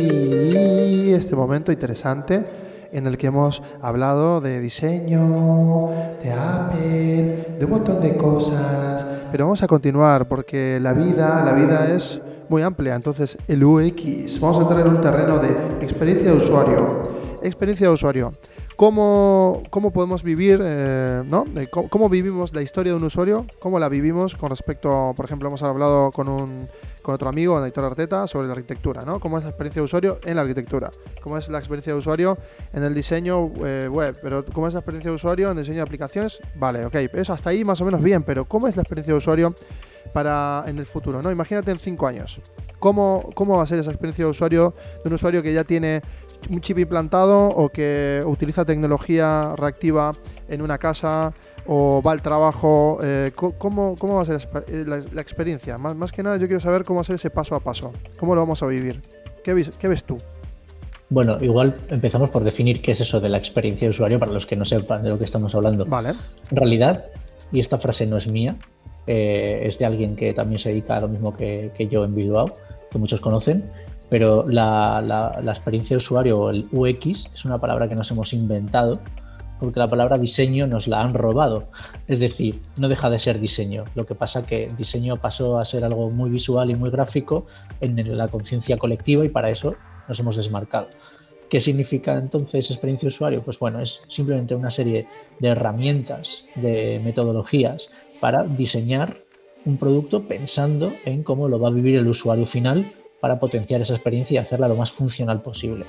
aquí este momento interesante en el que hemos hablado de diseño, de Apple, de un montón de cosas, pero vamos a continuar porque la vida, la vida es muy amplia, entonces el U X, vamos a entrar en un terreno de experiencia de usuario, experiencia de usuario. ¿Cómo, cómo podemos vivir, eh, ¿no? Eh, ¿Cómo, cómo vivimos la historia de un usuario? ¿Cómo la vivimos con respecto, por ejemplo, hemos hablado con un con otro amigo, con Héctor Arteta, sobre la arquitectura, ¿no? ¿Cómo es la experiencia de usuario en la arquitectura? ¿Cómo es la experiencia de usuario en el diseño eh, web? Pero ¿cómo es la experiencia de usuario en el diseño de aplicaciones? Vale, ok, eso hasta ahí más o menos bien, pero ¿cómo es la experiencia de usuario para en el futuro, ¿no? Imagínate en cinco años. ¿Cómo, ¿Cómo va a ser esa experiencia de usuario de un usuario que ya tiene un chip implantado o que utiliza tecnología reactiva en una casa o va al trabajo? Eh, ¿cómo, ¿Cómo va a ser la, la experiencia? Más, más que nada yo quiero saber cómo va a ser ese paso a paso. ¿Cómo lo vamos a vivir? ¿Qué ves, qué ves tú? Bueno, igual empezamos por definir qué es eso de la experiencia de usuario para los que no sepan de lo que estamos hablando. Vale. En realidad, y esta frase no es mía, eh, es de alguien que también se dedica a lo mismo que, que yo en Bilbao, que muchos conocen, pero la, la, la experiencia de usuario o el U X es una palabra que nos hemos inventado porque la palabra diseño nos la han robado. Es decir, no deja de ser diseño. Lo que pasa que diseño pasó a ser algo muy visual y muy gráfico en la conciencia colectiva y para eso nos hemos desmarcado. ¿Qué significa entonces experiencia de usuario? Pues bueno, es simplemente una serie de herramientas, de metodologías para diseñar un producto pensando en cómo lo va a vivir el usuario final para potenciar esa experiencia y hacerla lo más funcional posible.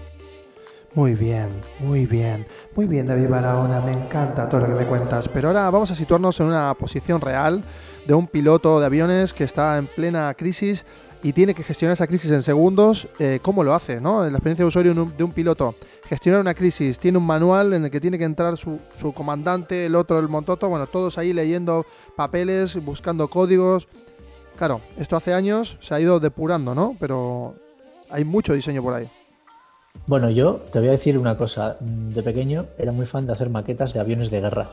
Muy bien, muy bien, muy bien, David Barahona, me encanta todo lo que me cuentas, pero ahora vamos a situarnos en una posición real de un piloto de aviones que está en plena crisis y tiene que gestionar esa crisis en segundos. Eh, ¿Cómo lo hace, no? La experiencia de usuario de un piloto, gestionar una crisis, tiene un manual en el que tiene que entrar su, su comandante, el otro, el montoto, bueno, todos ahí leyendo papeles, buscando códigos. Claro, esto hace años se ha ido depurando, ¿no? Pero hay mucho diseño por ahí. Bueno, yo te voy a decir una cosa. De pequeño era muy fan de hacer maquetas de aviones de guerra,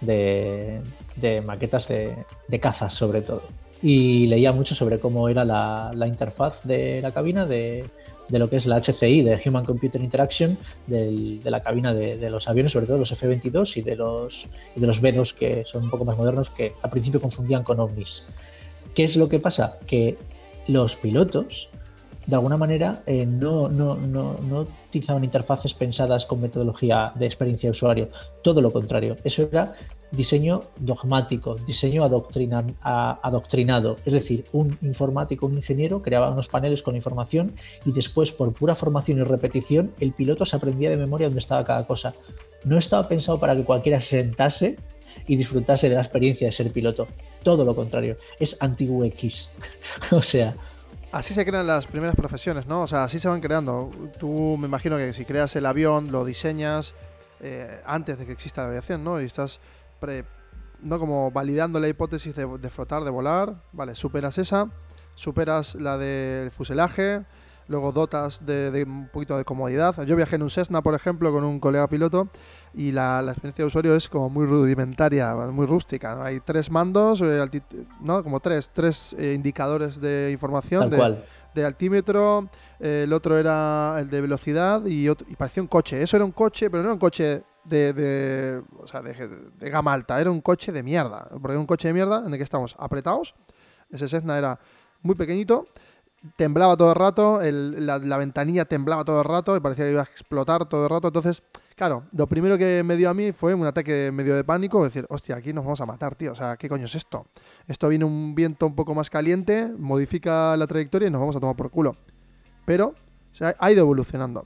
de, de maquetas de, de cazas sobre todo. Y leía mucho sobre cómo era la, la interfaz de la cabina de, de lo que es la H C I, de Human Computer Interaction, del- de la cabina de, de los aviones, sobre todo los F veintidós y de los, y de los B dos, que son un poco más modernos, que al principio confundían con ovnis. ¿Qué es lo que pasa? Que los pilotos, de alguna manera, eh, no, no, no, no utilizaban interfaces pensadas con metodología de experiencia de usuario. Todo lo contrario. Eso era diseño dogmático, diseño adoctrina, a- adoctrinado. Es decir, un informático, un ingeniero creaba unos paneles con información y después, por pura formación y repetición, el piloto se aprendía de memoria dónde estaba cada cosa. No estaba pensado para que cualquiera se sentase y disfrutase de la experiencia de ser piloto. Todo lo contrario. Es anti-U X. O sea, Así se crean las primeras profesiones, ¿no? O sea, así se van creando. Tú me imagino que si creas el avión, lo diseñas eh, antes de que exista la aviación, ¿no? Y estás pre- no como validando la hipótesis de, de flotar, de volar. Vale, superas esa, superas la del fuselaje, luego dotas de, de un poquito de comodidad. Yo viajé en un Cessna, por ejemplo, con un colega piloto y la, la experiencia de usuario es como muy rudimentaria, muy rústica, ¿no? Hay tres mandos, eh, alti- ¿no? Como tres, tres eh, indicadores de información tal de, cual. de altímetro, eh, el otro era el de velocidad y, otro, y parecía un coche. Eso era un coche, pero no era un coche de, de, o sea, de, de gama alta, era un coche de mierda. Porque era un coche de mierda en el que estamos apretados. Ese Cessna era muy pequeñito, temblaba todo el rato, el- la, la ventanilla temblaba todo el rato y parecía que iba a explotar todo el rato. Entonces, claro, lo primero que me dio a mí fue un ataque medio de pánico, decir, hostia, aquí nos vamos a matar, tío. O sea, ¿qué coño es esto? Esto viene un viento un poco más caliente, modifica la trayectoria y nos vamos a tomar por culo. Pero, o sea, ha ido evolucionando.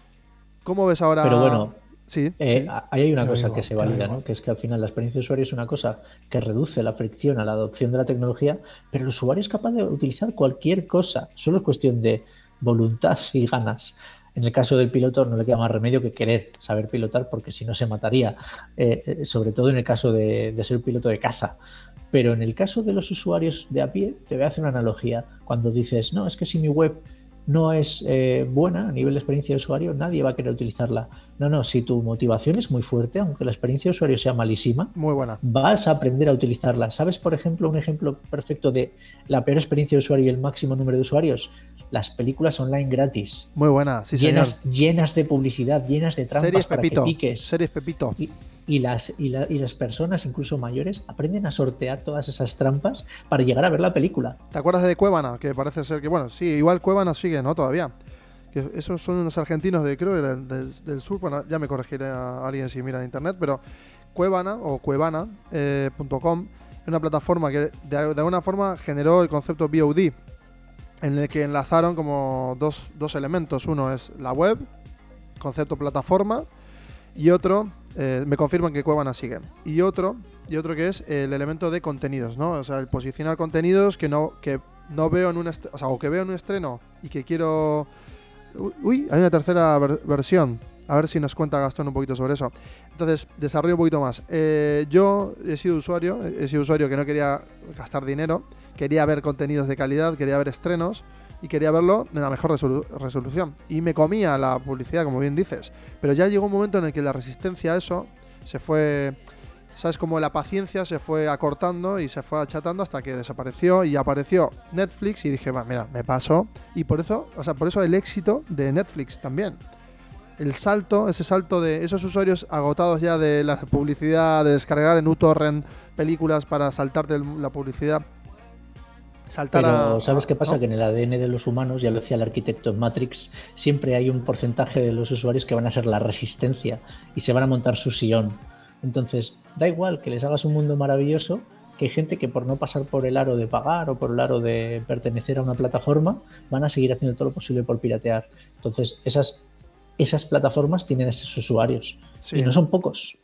¿Cómo ves ahora? Pero bueno, Sí, eh, sí. a- ahí hay una Te cosa oigo, que se te valida, oigo. ¿no? Que es que al final la experiencia de usuario es una cosa que reduce la fricción a la adopción de la tecnología, pero el usuario es capaz de utilizar cualquier cosa. Solo es cuestión de voluntad y ganas. En el caso del piloto no le queda más remedio que querer saber pilotar, porque si no se mataría. Eh, eh, sobre todo en el caso de, de ser piloto de caza. Pero en el caso de los usuarios de a pie, te voy a hacer una analogía. Cuando dices, no, es que si mi web no es eh, buena a nivel de experiencia de usuario, nadie va a querer utilizarla. No, no, si tu motivación es muy fuerte, aunque la experiencia de usuario sea malísima, Muy buena. vas a aprender a utilizarla. ¿Sabes, por ejemplo, un ejemplo perfecto de la peor experiencia de usuario y el máximo número de usuarios? Las películas online gratis, Muy buena, sí, señor. llenas, llenas de publicidad, llenas de trampas Series para Pepito. que piques. Series Pepito. Y, y las, y, la- y las personas, incluso mayores, aprenden a sortear todas esas trampas para llegar a ver la película. ¿Te acuerdas de Cuevana? Que parece ser que, bueno, sí, igual Cuevana sigue, ¿no? Todavía. Que esos son unos argentinos de, creo, del, del, del sur. Bueno, ya me corregiré a alguien si mira en internet, pero Cuevana o cuevana punto com es una plataforma que de, de alguna forma generó el concepto V O D, en el que enlazaron como dos, dos elementos. Uno es la web, concepto plataforma, y otro, eh, me confirman que Cuevana sigue. Y otro, y otro que es el elemento de contenidos, ¿no? O sea, el posicionar contenidos que no, que no veo en un est- o sea, o que veo en un estreno y que quiero. Uy, hay una tercera ver- versión. A ver si nos cuenta Gastón un poquito sobre eso. Entonces, desarrollo un poquito más. Eh, yo he sido usuario, he sido usuario que no quería gastar dinero, quería ver contenidos de calidad, quería ver estrenos y quería verlo de la mejor resolu- resolución. Y me comía la publicidad, como bien dices. Pero ya llegó un momento en el que la resistencia a eso se fue, ¿sabes? Como la paciencia se fue acortando y se fue achatando hasta que desapareció y apareció Netflix y dije, va, mira, me paso. Y por eso, o sea, por eso el éxito de Netflix también. El salto, ese salto de esos usuarios agotados ya de la publicidad, de descargar en uTorrent películas para saltarte el- la publicidad. Saltar Pero a, ¿sabes a- qué pasa? ¿no? Que en el A D N de los humanos, ya lo decía el arquitecto en Matrix, siempre hay un porcentaje de los usuarios que van a ser la resistencia y se van a montar su sillón. Entonces, da igual que les hagas un mundo maravilloso, que hay gente que por no pasar por el aro de pagar o por el aro de pertenecer a una plataforma, van a seguir haciendo todo lo posible por piratear. Entonces, esas, esas plataformas tienen esos usuarios. Sí. Y no son pocos.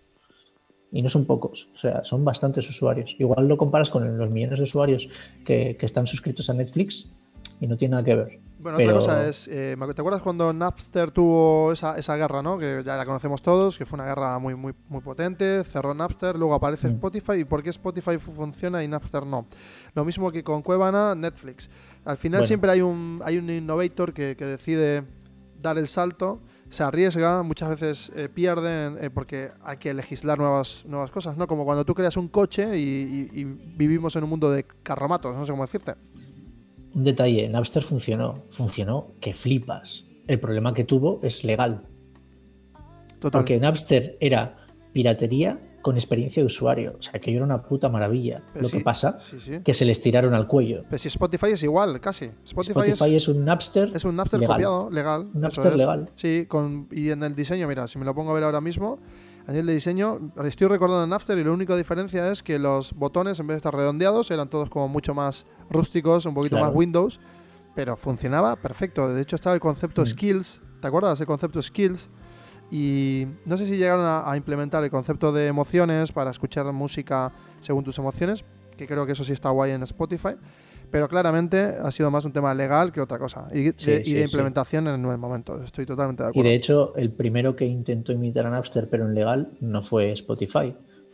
Y no son pocos, o sea, son bastantes usuarios. Igual lo comparas con los millones de usuarios que, que están suscritos a Netflix y no tiene nada que ver. Bueno, Pero- otra cosa es, eh, me acu- ¿te acuerdas cuando Napster tuvo esa, esa guerra, ¿no? Que ya la conocemos todos, que fue una guerra muy, muy, muy potente, cerró Napster, luego aparece Mm. Spotify, ¿y por qué Spotify fu- funciona y Napster no? Lo mismo que con Cuevana, Netflix. Al final Bueno. siempre hay un, hay un innovator que, que decide dar el salto, se arriesga, muchas veces eh, pierden eh, porque hay que legislar nuevas, nuevas cosas, ¿no? Como cuando tú creas un coche y, y- y vivimos en un mundo de carromatos, no sé cómo decirte. Un detalle, Napster funcionó, funcionó que flipas. El problema que tuvo es legal, Total. porque Napster era piratería con experiencia de usuario, o sea, que era una puta maravilla. Pero Lo sí, que pasa sí, sí. que se les tiraron al cuello. Pero si Spotify es igual, casi. Spotify, Spotify es, es un Napster, es un Napster legal. copiado, legal. Un eso Napster es. legal. Sí, con, y en el diseño, mira, si me lo pongo a ver ahora mismo, a nivel de diseño, estoy recordando en Napster y la única diferencia es que los botones, en vez de estar redondeados, eran todos como mucho más rústicos, un poquito Claro. más Windows, pero funcionaba perfecto. De hecho, estaba el concepto Mm. Skills, ¿te acuerdas? El concepto Skills. Y no sé si llegaron a, a implementar el concepto de emociones para escuchar música según tus emociones, que creo que eso sí está guay en Spotify, pero claramente ha sido más un tema legal que otra cosa, y de, Sí, y sí, de sí. implementación en el momento. Estoy totalmente de Y acuerdo. de hecho, el primero que intentó imitar a Napster, pero en legal, no fue Spotify,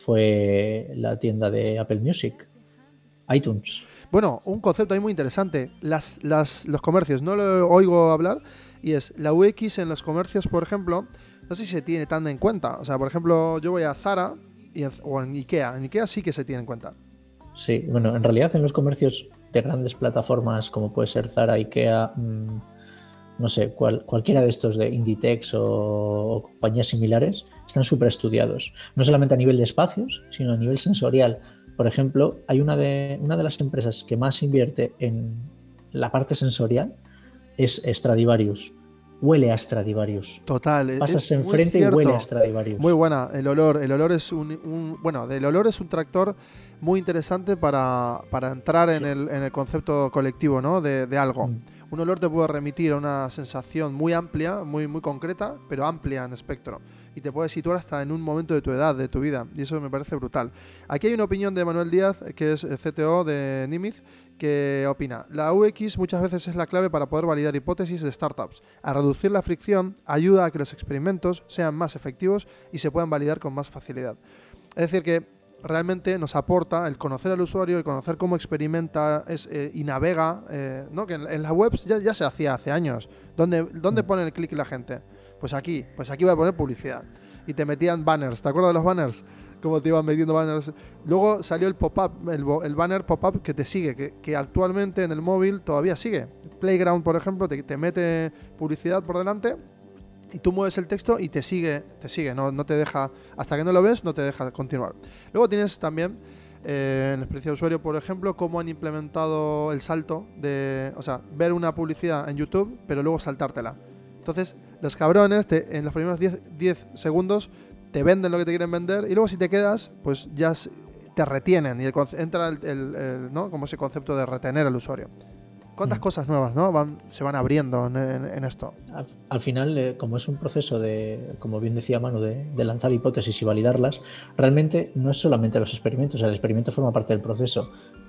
fue la tienda de Apple Music, iTunes. Bueno, un concepto ahí muy interesante, las, las, los comercios, no lo oigo hablar, y es la U X en los comercios, por ejemplo, no sé si se tiene tan en cuenta. O sea, por ejemplo, yo voy a Zara y en- o en Ikea, en Ikea sí que se tiene en cuenta. Sí, bueno, en realidad en los comercios de grandes plataformas como puede ser Zara, IKEA, mmm, no sé, cual, cualquiera de estos de Inditex o, o compañías similares, están súper estudiados. No solamente a nivel de espacios, sino a nivel sensorial. Por ejemplo, hay una de, una de las empresas que más invierte en la parte sensorial, es Stradivarius. Huele a Stradivarius. Total. es- Pasas es muy enfrente y huele cierto. a Stradivarius. Muy buena, el olor. El olor es un, un- bueno, del olor es un tractor muy interesante para, para entrar en, Sí. el, en el concepto colectivo, ¿no? De, de algo. Mm. Un olor te puede remitir a una sensación muy amplia, muy, muy concreta, pero amplia en espectro. Y te puede situar hasta en un momento de tu edad, de tu vida. Y eso me parece brutal. Aquí hay una opinión de Manuel Díaz, que es C T O de Nimitz, que opina: la U X muchas veces es la clave para poder validar hipótesis de startups. A reducir la fricción ayuda a que los experimentos sean más efectivos y se puedan validar con más facilidad. Es decir, que realmente nos aporta el conocer al usuario, el conocer cómo experimenta es, eh, y navega, eh, ¿no? Que en, en las webs ya, ya se hacía hace años. ¿Dónde, dónde Mm. pone el clic la gente? Pues aquí, pues aquí voy a poner publicidad. Y te metían banners, ¿te acuerdas de los banners? Cómo te iban metiendo banners. Luego salió el pop-up, el, bo- el banner pop-up que te sigue, que, que actualmente en el móvil todavía sigue. Playground, por ejemplo, te, te mete publicidad por delante y tú mueves el texto y te sigue, te sigue, no, no te deja, hasta que no lo ves, no te deja continuar. Luego tienes también, eh, en la experiencia de usuario, por ejemplo, cómo han implementado el salto de, o sea, ver una publicidad en YouTube, pero luego saltártela. Entonces, los cabrones, te- en los primeros diez segundos, te venden lo que te quieren vender y luego si te quedas, pues ya s- te retienen y el conce- entra el, el- el, ¿no? Como ese concepto de retener al usuario. ¿Cuántas Mm. cosas nuevas, ¿no? van, se van abriendo en, en- en esto? Al, al final, eh, como es un proceso de, como bien decía Manu, de, de lanzar hipótesis y validarlas, realmente no es solamente los experimentos, el experimento forma parte del proceso.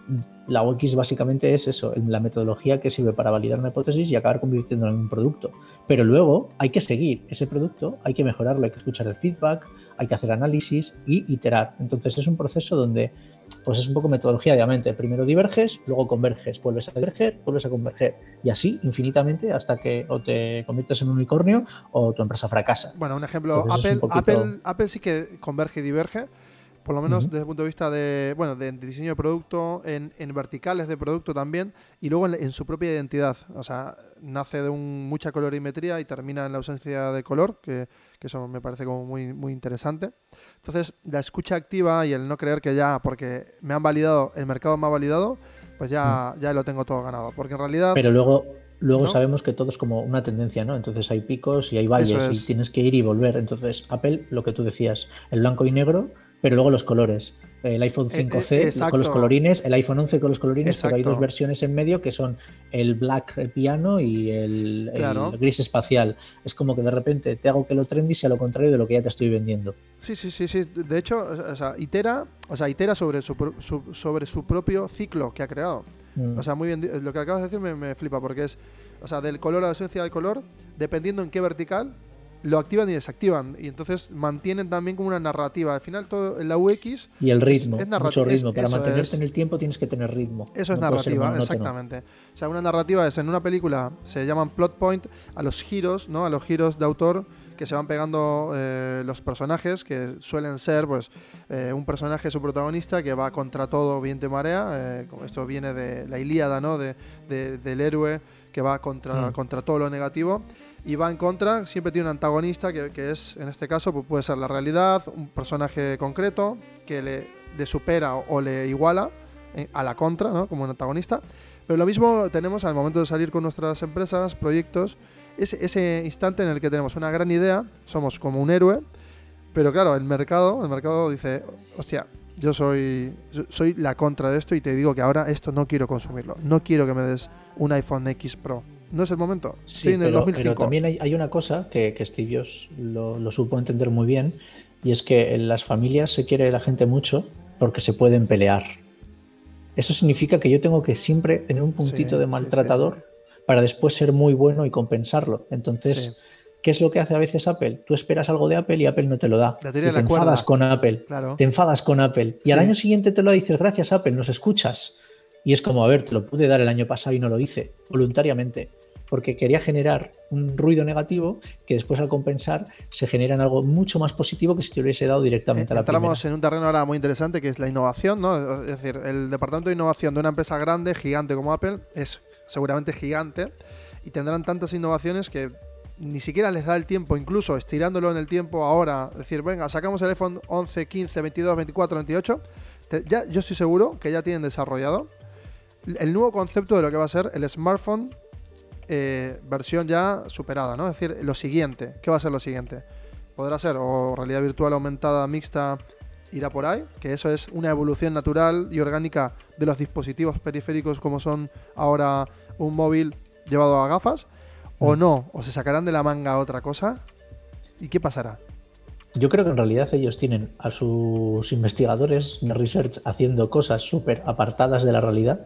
La U X básicamente es eso, la metodología que sirve para validar una hipótesis y acabar convirtiéndola en un producto. Pero luego hay que seguir ese producto, hay que mejorarlo, hay que escuchar el feedback, hay que hacer análisis y iterar. Entonces es un proceso donde pues es un poco metodología de mente. Primero diverges, luego converges, vuelves a diverger, vuelves a converger y así infinitamente hasta que o te conviertes en un unicornio o tu empresa fracasa. Bueno, un ejemplo, Entonces es Apple, un poquito- Apple, Apple sí que converge y diverge, por lo menos Ujú. desde el punto de vista de, bueno, de diseño de producto, en, en verticales de producto también, y luego en, en su propia identidad. O sea, nace de un, mucha colorimetría y termina en la ausencia de color, que, que eso me parece como muy, muy interesante. Entonces, la escucha activa y el no creer que ya, porque me han validado, el mercado me ha validado, pues ya, ya lo tengo todo ganado. Porque en realidad... Pero luego, luego ¿no? sabemos que todo es como una tendencia, ¿no? Entonces hay picos y hay valles Eso es. y tienes que ir y volver. Entonces Apple, lo que tú decías, el blanco y negro, pero luego los colores. El iPhone Eh, cinco eh, C exacto. con los colorines, el iPhone once con los colorines, pero hay Exacto. dos versiones en medio que son el black el piano y el, el Claro. gris espacial. Es como que de repente te hago que lo trendy sea lo contrario de lo que ya te estoy vendiendo. Sí, sí, sí, sí. De hecho, o sea, itera, o sea, itera sobre su, pro- su- sobre su propio ciclo que ha creado. Mm. O sea, muy bien, di- lo que acabas de decir me, me flipa porque es, o sea, del color a la ausencia del color, dependiendo en qué vertical, lo activan y desactivan. Y entonces mantienen también como una narrativa. Al final todo en la U X Y el es, ritmo, es mucho narrativa. ritmo. Para Eso mantenerte es, en el tiempo tienes que tener ritmo. eso es No puede ser narrativa, monótono. exactamente. O sea, una narrativa es en una película, se llaman plot point a los giros, ¿no? A los giros de autor que se van pegando eh, los personajes, que suelen ser, pues, eh, un personaje, su protagonista, que va contra todo viento y marea. Eh, como esto viene de la Ilíada, ¿no? De, de- del héroe que va contra, Mm. contra todo lo negativo. Y va en contra, siempre tiene un antagonista, que, que es, en este caso, pues puede ser la realidad, un personaje concreto que le, le supera o, o le iguala eh, a la contra, ¿no? Como un antagonista. Pero lo mismo tenemos al momento de salir con nuestras empresas, proyectos, ese, ese instante en el que tenemos una gran idea, somos como un héroe, pero claro, el mercado, el mercado dice, hostia, yo soy, yo soy la contra de esto y te digo que ahora esto no quiero consumirlo, no quiero que me des un iPhone X Pro. No es el momento. Sí, Estoy en el pero, dos mil cinco. pero también hay, hay una cosa que, que Steve Jobs lo, lo supo entender muy bien, y es que en las familias se quiere la gente mucho porque se pueden pelear. Eso significa que yo tengo que siempre tener un puntito Sí, de sí, maltratador sí, para después ser muy bueno y compensarlo. Sí. Entonces, ¿qué es lo que hace a veces Apple? Tú esperas algo de Apple y Apple no te lo da. La teoría Y de te la cuerda. enfadas con Apple. Claro. Te enfadas con Apple. Y al Sí. año siguiente te lo dices, gracias Apple, nos escuchas. Y es como, a ver, te lo pude dar el año pasado y no lo hice, voluntariamente. Porque quería generar un ruido negativo que después al compensar se genera en algo mucho más positivo que si te hubiese dado directamente a la Entramos primera. en un terreno ahora muy interesante que es la innovación, ¿no? Es decir, el departamento de innovación de una empresa grande, gigante como Apple, es seguramente gigante y tendrán tantas innovaciones que ni siquiera les da el tiempo, incluso estirándolo en el tiempo ahora, decir, venga, sacamos el iPhone once, quince, veintidós, veinticuatro, veintiocho, te- ya, yo estoy seguro que ya tienen desarrollado el nuevo concepto de lo que va a ser el smartphone eh, versión ya superada, ¿no? Es decir, lo siguiente, ¿qué va a ser lo siguiente? Podrá ser o realidad virtual aumentada mixta, irá por ahí, que eso es una evolución natural y orgánica de los dispositivos periféricos como son ahora un móvil llevado a gafas, o Mm. no, o se sacarán de la manga otra cosa, ¿y qué pasará? Yo creo que en realidad ellos tienen a sus investigadores de research haciendo cosas súper apartadas de la realidad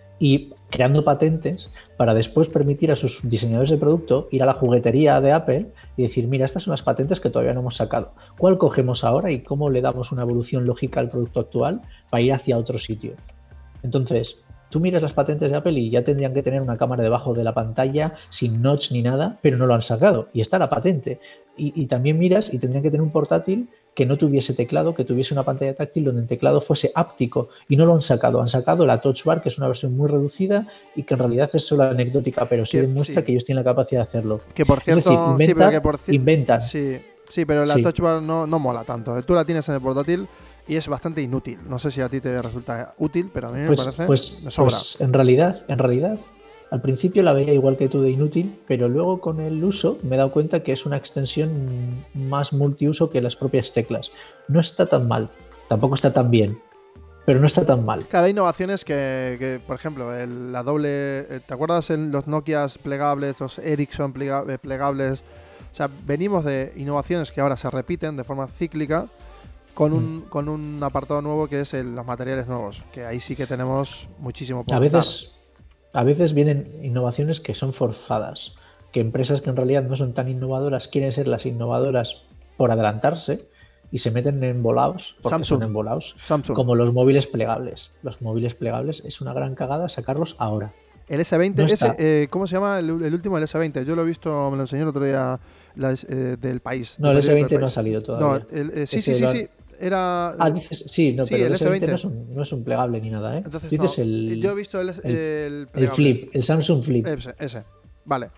y creando patentes para después permitir a sus diseñadores de producto ir a la juguetería de Apple y decir, mira, estas son las patentes que todavía no hemos sacado. ¿Cuál cogemos ahora y cómo le damos una evolución lógica al producto actual para ir hacia otro sitio? Entonces, tú miras las patentes de Apple y ya tendrían que tener una cámara debajo de la pantalla sin notch ni nada, pero no lo han sacado y está la patente. Y, y también miras y tendrían que tener un portátil que no tuviese teclado, que tuviese una pantalla táctil donde el teclado fuese áptico y no lo han sacado. Han sacado la Touch Bar, que es una versión muy reducida y que en realidad es solo anecdótica, pero sí Que- demuestra sí. que ellos tienen la capacidad de hacerlo. Que por Es cierto, decir, sí, pero inventan- que por ci- inventan. Sí, sí, pero la Sí. Touch Bar no, no mola tanto. Tú la tienes en el portátil y es bastante inútil. No sé si a ti te resulta útil, pero a mí Pues, me parece pues, me sobra. pues en realidad, en realidad, al principio la veía igual que tú de inútil, pero luego con el uso me he dado cuenta que es una extensión más multiuso que las propias teclas. No está tan mal, tampoco está tan bien, pero no está tan mal. Claro, hay innovaciones que, que, por ejemplo, el- la doble. eh, ¿Te acuerdas en los Nokias plegables, los Ericsson plega- eh, plegables? O sea, venimos de innovaciones que ahora se repiten de forma cíclica con un, con un apartado nuevo que es el- los materiales nuevos, que ahí sí que tenemos muchísimo por A dar. veces, a veces vienen innovaciones que son forzadas, que empresas que en realidad no son tan innovadoras quieren ser las innovadoras por adelantarse y se meten en embolados, porque Samsung. son embolados, Samsung. como los móviles plegables. Los móviles plegables es una gran cagada sacarlos ahora. El S veinte, No ese, está. eh, ¿cómo se llama el, el último del S veinte? Yo lo he visto, me lo enseñó el otro día la- eh, del país. No, del el S periódico veinte del no ha País. salido todavía. No, el- eh, sí, Ese sí, sí, lo han- sí. Era. Ah, dices, sí, no, Sí, pero el el S veinte S veinte. no es, un, no es un plegable ni nada, ¿eh? Entonces, Dices no, el, yo he visto el, el- el el plegable. Flip, el Samsung Flip. Ese, ese. Vale.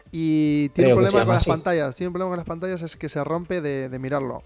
Y tiene Creo un que se problema llama con las así. pantallas. Tiene un problema con las pantallas, es que se rompe de, de mirarlo.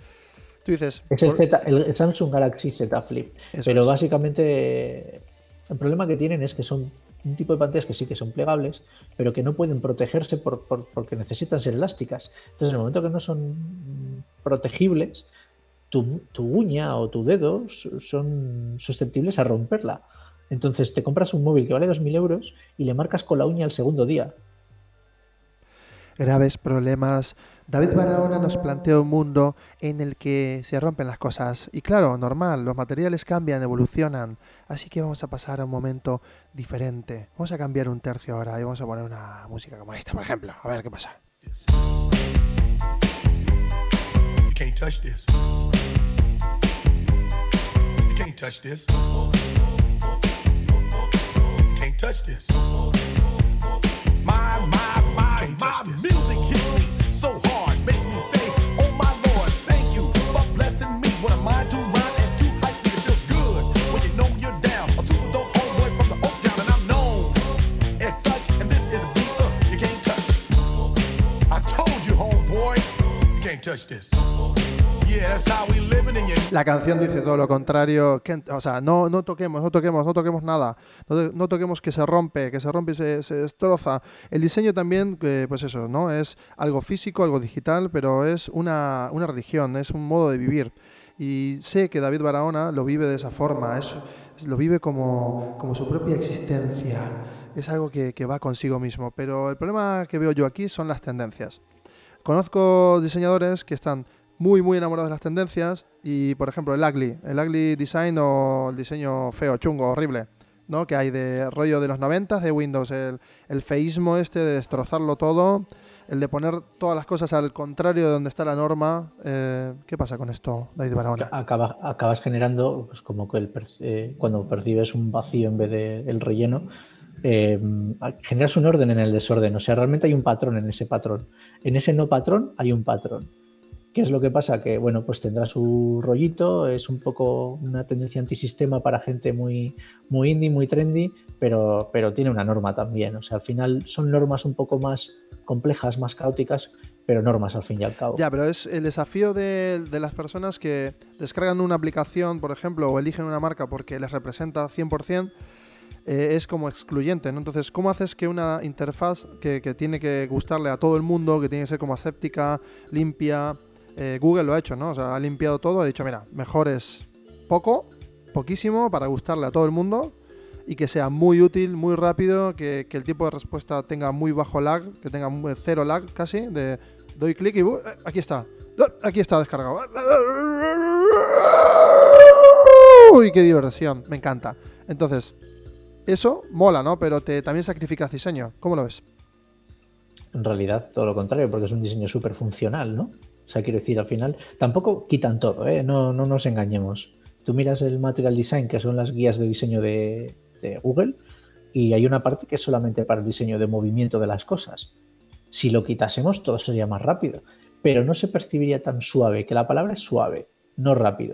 Tú dices. Es el, por- Z, el, el Samsung Galaxy Z Flip. Eso Pero es. básicamente el problema que tienen es que son un tipo de pantallas que sí que son plegables, pero que no pueden protegerse por, por- porque necesitan ser elásticas. Entonces, en el momento que no son mm, protegibles, tu, tu uña o tu dedo s- son susceptibles a romperla. Entonces, te compras un móvil que vale dos mil euros y le marcas con la uña el segundo día. graves problemas. David Barahona nos plantea un mundo en el que se rompen las cosas. Y claro, normal, los materiales cambian, evolucionan. Así que vamos a pasar a un momento diferente. Vamos a cambiar un tercio ahora y vamos a poner una música como esta, por ejemplo. A ver qué pasa. You can't touch this. You can't touch this. You can't touch this. My, my, my, my music hits me so hard, makes me say, oh my Lord, thank you for blessing me. What am I to rhyme and to hype me? It feels good when you know you're down. A super dope homeboy from the Oak Town, and I'm known as such. And this is a beat uh, you can't touch. I told you, homeboy, you can't touch this. Yeah, that's how we living in your... La canción dice todo lo contrario. Que, o sea, no, no toquemos, no toquemos, no toquemos nada. No, no toquemos que se rompe, que se rompe y se, se destroza. El diseño también, eh, pues eso, ¿no? Es algo físico, algo digital, pero es una, una religión, es un modo de vivir. Y sé que David Barahona lo vive de esa forma, es, lo vive como, como su propia existencia. Es algo que, que va consigo mismo. Pero el problema que veo yo aquí son las tendencias. Conozco diseñadores que están muy muy enamorados de las tendencias y, por ejemplo, el ugly, el ugly design o el diseño feo, chungo, horrible, ¿no? Que hay de rollo de los noventa de Windows, el, el feísmo este de destrozarlo todo, el de poner todas las cosas al contrario de donde está la norma. Eh, ¿Qué pasa con esto, David Barahona? Acaba, acabas generando, pues, como que el, eh, cuando percibes un vacío en vez de el relleno, eh, generas un orden en el desorden. O sea, realmente hay un patrón en ese patrón. En ese no patrón hay un patrón. ¿Qué es lo que pasa? Que, bueno, pues tendrá su rollito, es un poco una tendencia antisistema para gente muy, muy indie, muy trendy, pero, pero tiene una norma también. O sea, al final son normas un poco más complejas, más caóticas, pero normas al fin y al cabo. Ya, pero es el desafío de, de las personas que descargan una aplicación, por ejemplo, o eligen una marca porque les representa cien por ciento, eh, es como excluyente, ¿no? Entonces, ¿cómo haces que una interfaz que, que tiene que gustarle a todo el mundo, que tiene que ser como aséptica, limpia... Eh, Google lo ha hecho, ¿no? O sea, ha limpiado todo, ha dicho, mira, mejor es poco, poquísimo, para gustarle a todo el mundo y que sea muy útil, muy rápido, que, que el tiempo de respuesta tenga muy bajo lag, que tenga muy, cero lag casi, de doy clic y uh, aquí está, aquí está descargado. Uy, qué diversión, me encanta. Entonces, eso mola, ¿no? Pero te, también sacrificas diseño. ¿Cómo lo ves? En realidad, todo lo contrario, porque es un diseño súper funcional, ¿no? O sea, quiero decir, al final, tampoco quitan todo, ¿eh? No, no nos engañemos. Tú miras el Material Design, que son las guías de diseño de, de Google, y hay una parte que es solamente para el diseño de movimiento de las cosas. Si lo quitásemos, todo sería más rápido, pero no se percibiría tan suave, que la palabra es suave, no rápido.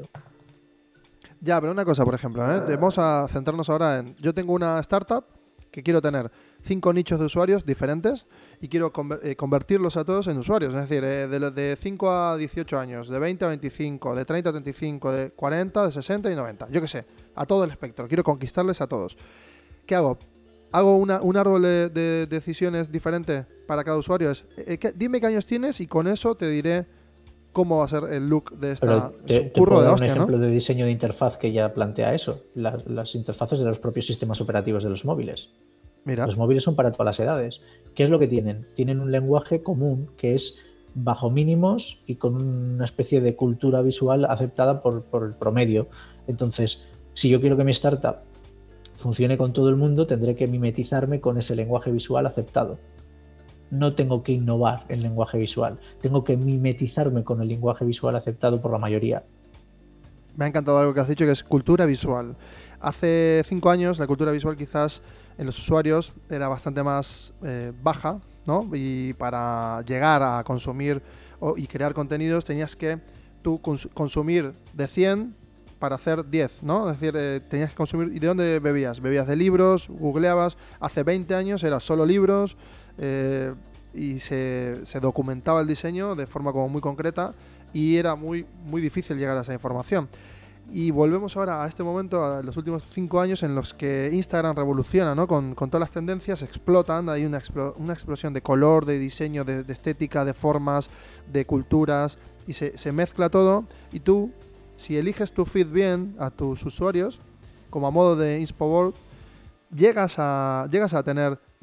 Ya, pero una cosa, por ejemplo, ¿eh? Vamos a centrarnos ahora en... Yo tengo una startup que quiero tener cinco nichos de usuarios diferentes y quiero conver- eh, convertirlos a todos en usuarios. Es decir, eh, de, de cinco a dieciocho años, de veinte a veinticinco, de treinta a treinta y cinco, de cuarenta, de sesenta y noventa. Yo qué sé, a todo el espectro. Quiero conquistarles a todos. ¿Qué hago? ¿Hago una, un árbol de, de decisiones diferente para cada usuario? Es, eh, ¿qué, dime qué años tienes y con eso te diré cómo va a ser el look de esta... Pero te, es un te curro puedo de dar la hostia, un ejemplo ¿no? de diseño de interfaz que ya plantea eso. Las, las interfaces de los propios sistemas operativos de los móviles. Mira. Los móviles son para todas las edades. ¿Qué es lo que tienen? Tienen un lenguaje común que es bajo mínimos y con una especie de cultura visual aceptada por, por el promedio. Entonces, si yo quiero que mi startup funcione con todo el mundo, tendré que mimetizarme con ese lenguaje visual aceptado. No tengo que innovar el lenguaje visual, tengo que mimetizarme con el lenguaje visual aceptado por la mayoría. Me ha encantado algo que has dicho, que es cultura visual. Hace cinco años la cultura visual quizás en los usuarios era bastante más eh, baja, ¿no? Y para llegar a consumir o, y crear contenidos tenías que tú cons- consumir de cien para hacer diez, ¿no? Es decir, eh, tenías que consumir... ¿Y de dónde bebías? Bebías de libros, googleabas. Hace veinte años era solo libros eh, y se, se documentaba el diseño de forma como muy concreta y era muy, muy difícil llegar a esa información. Y volvemos ahora a este momento, a los últimos cinco años en los que Instagram revoluciona, ¿no? Con, con todas las tendencias, explotan, hay una, explo- una explosión de color, de diseño, de, de estética, de formas, de culturas, y se, se mezcla todo. Y tú, si eliges tu feed bien a tus usuarios, como a modo de Inspo Board, llegas a, llegas a tener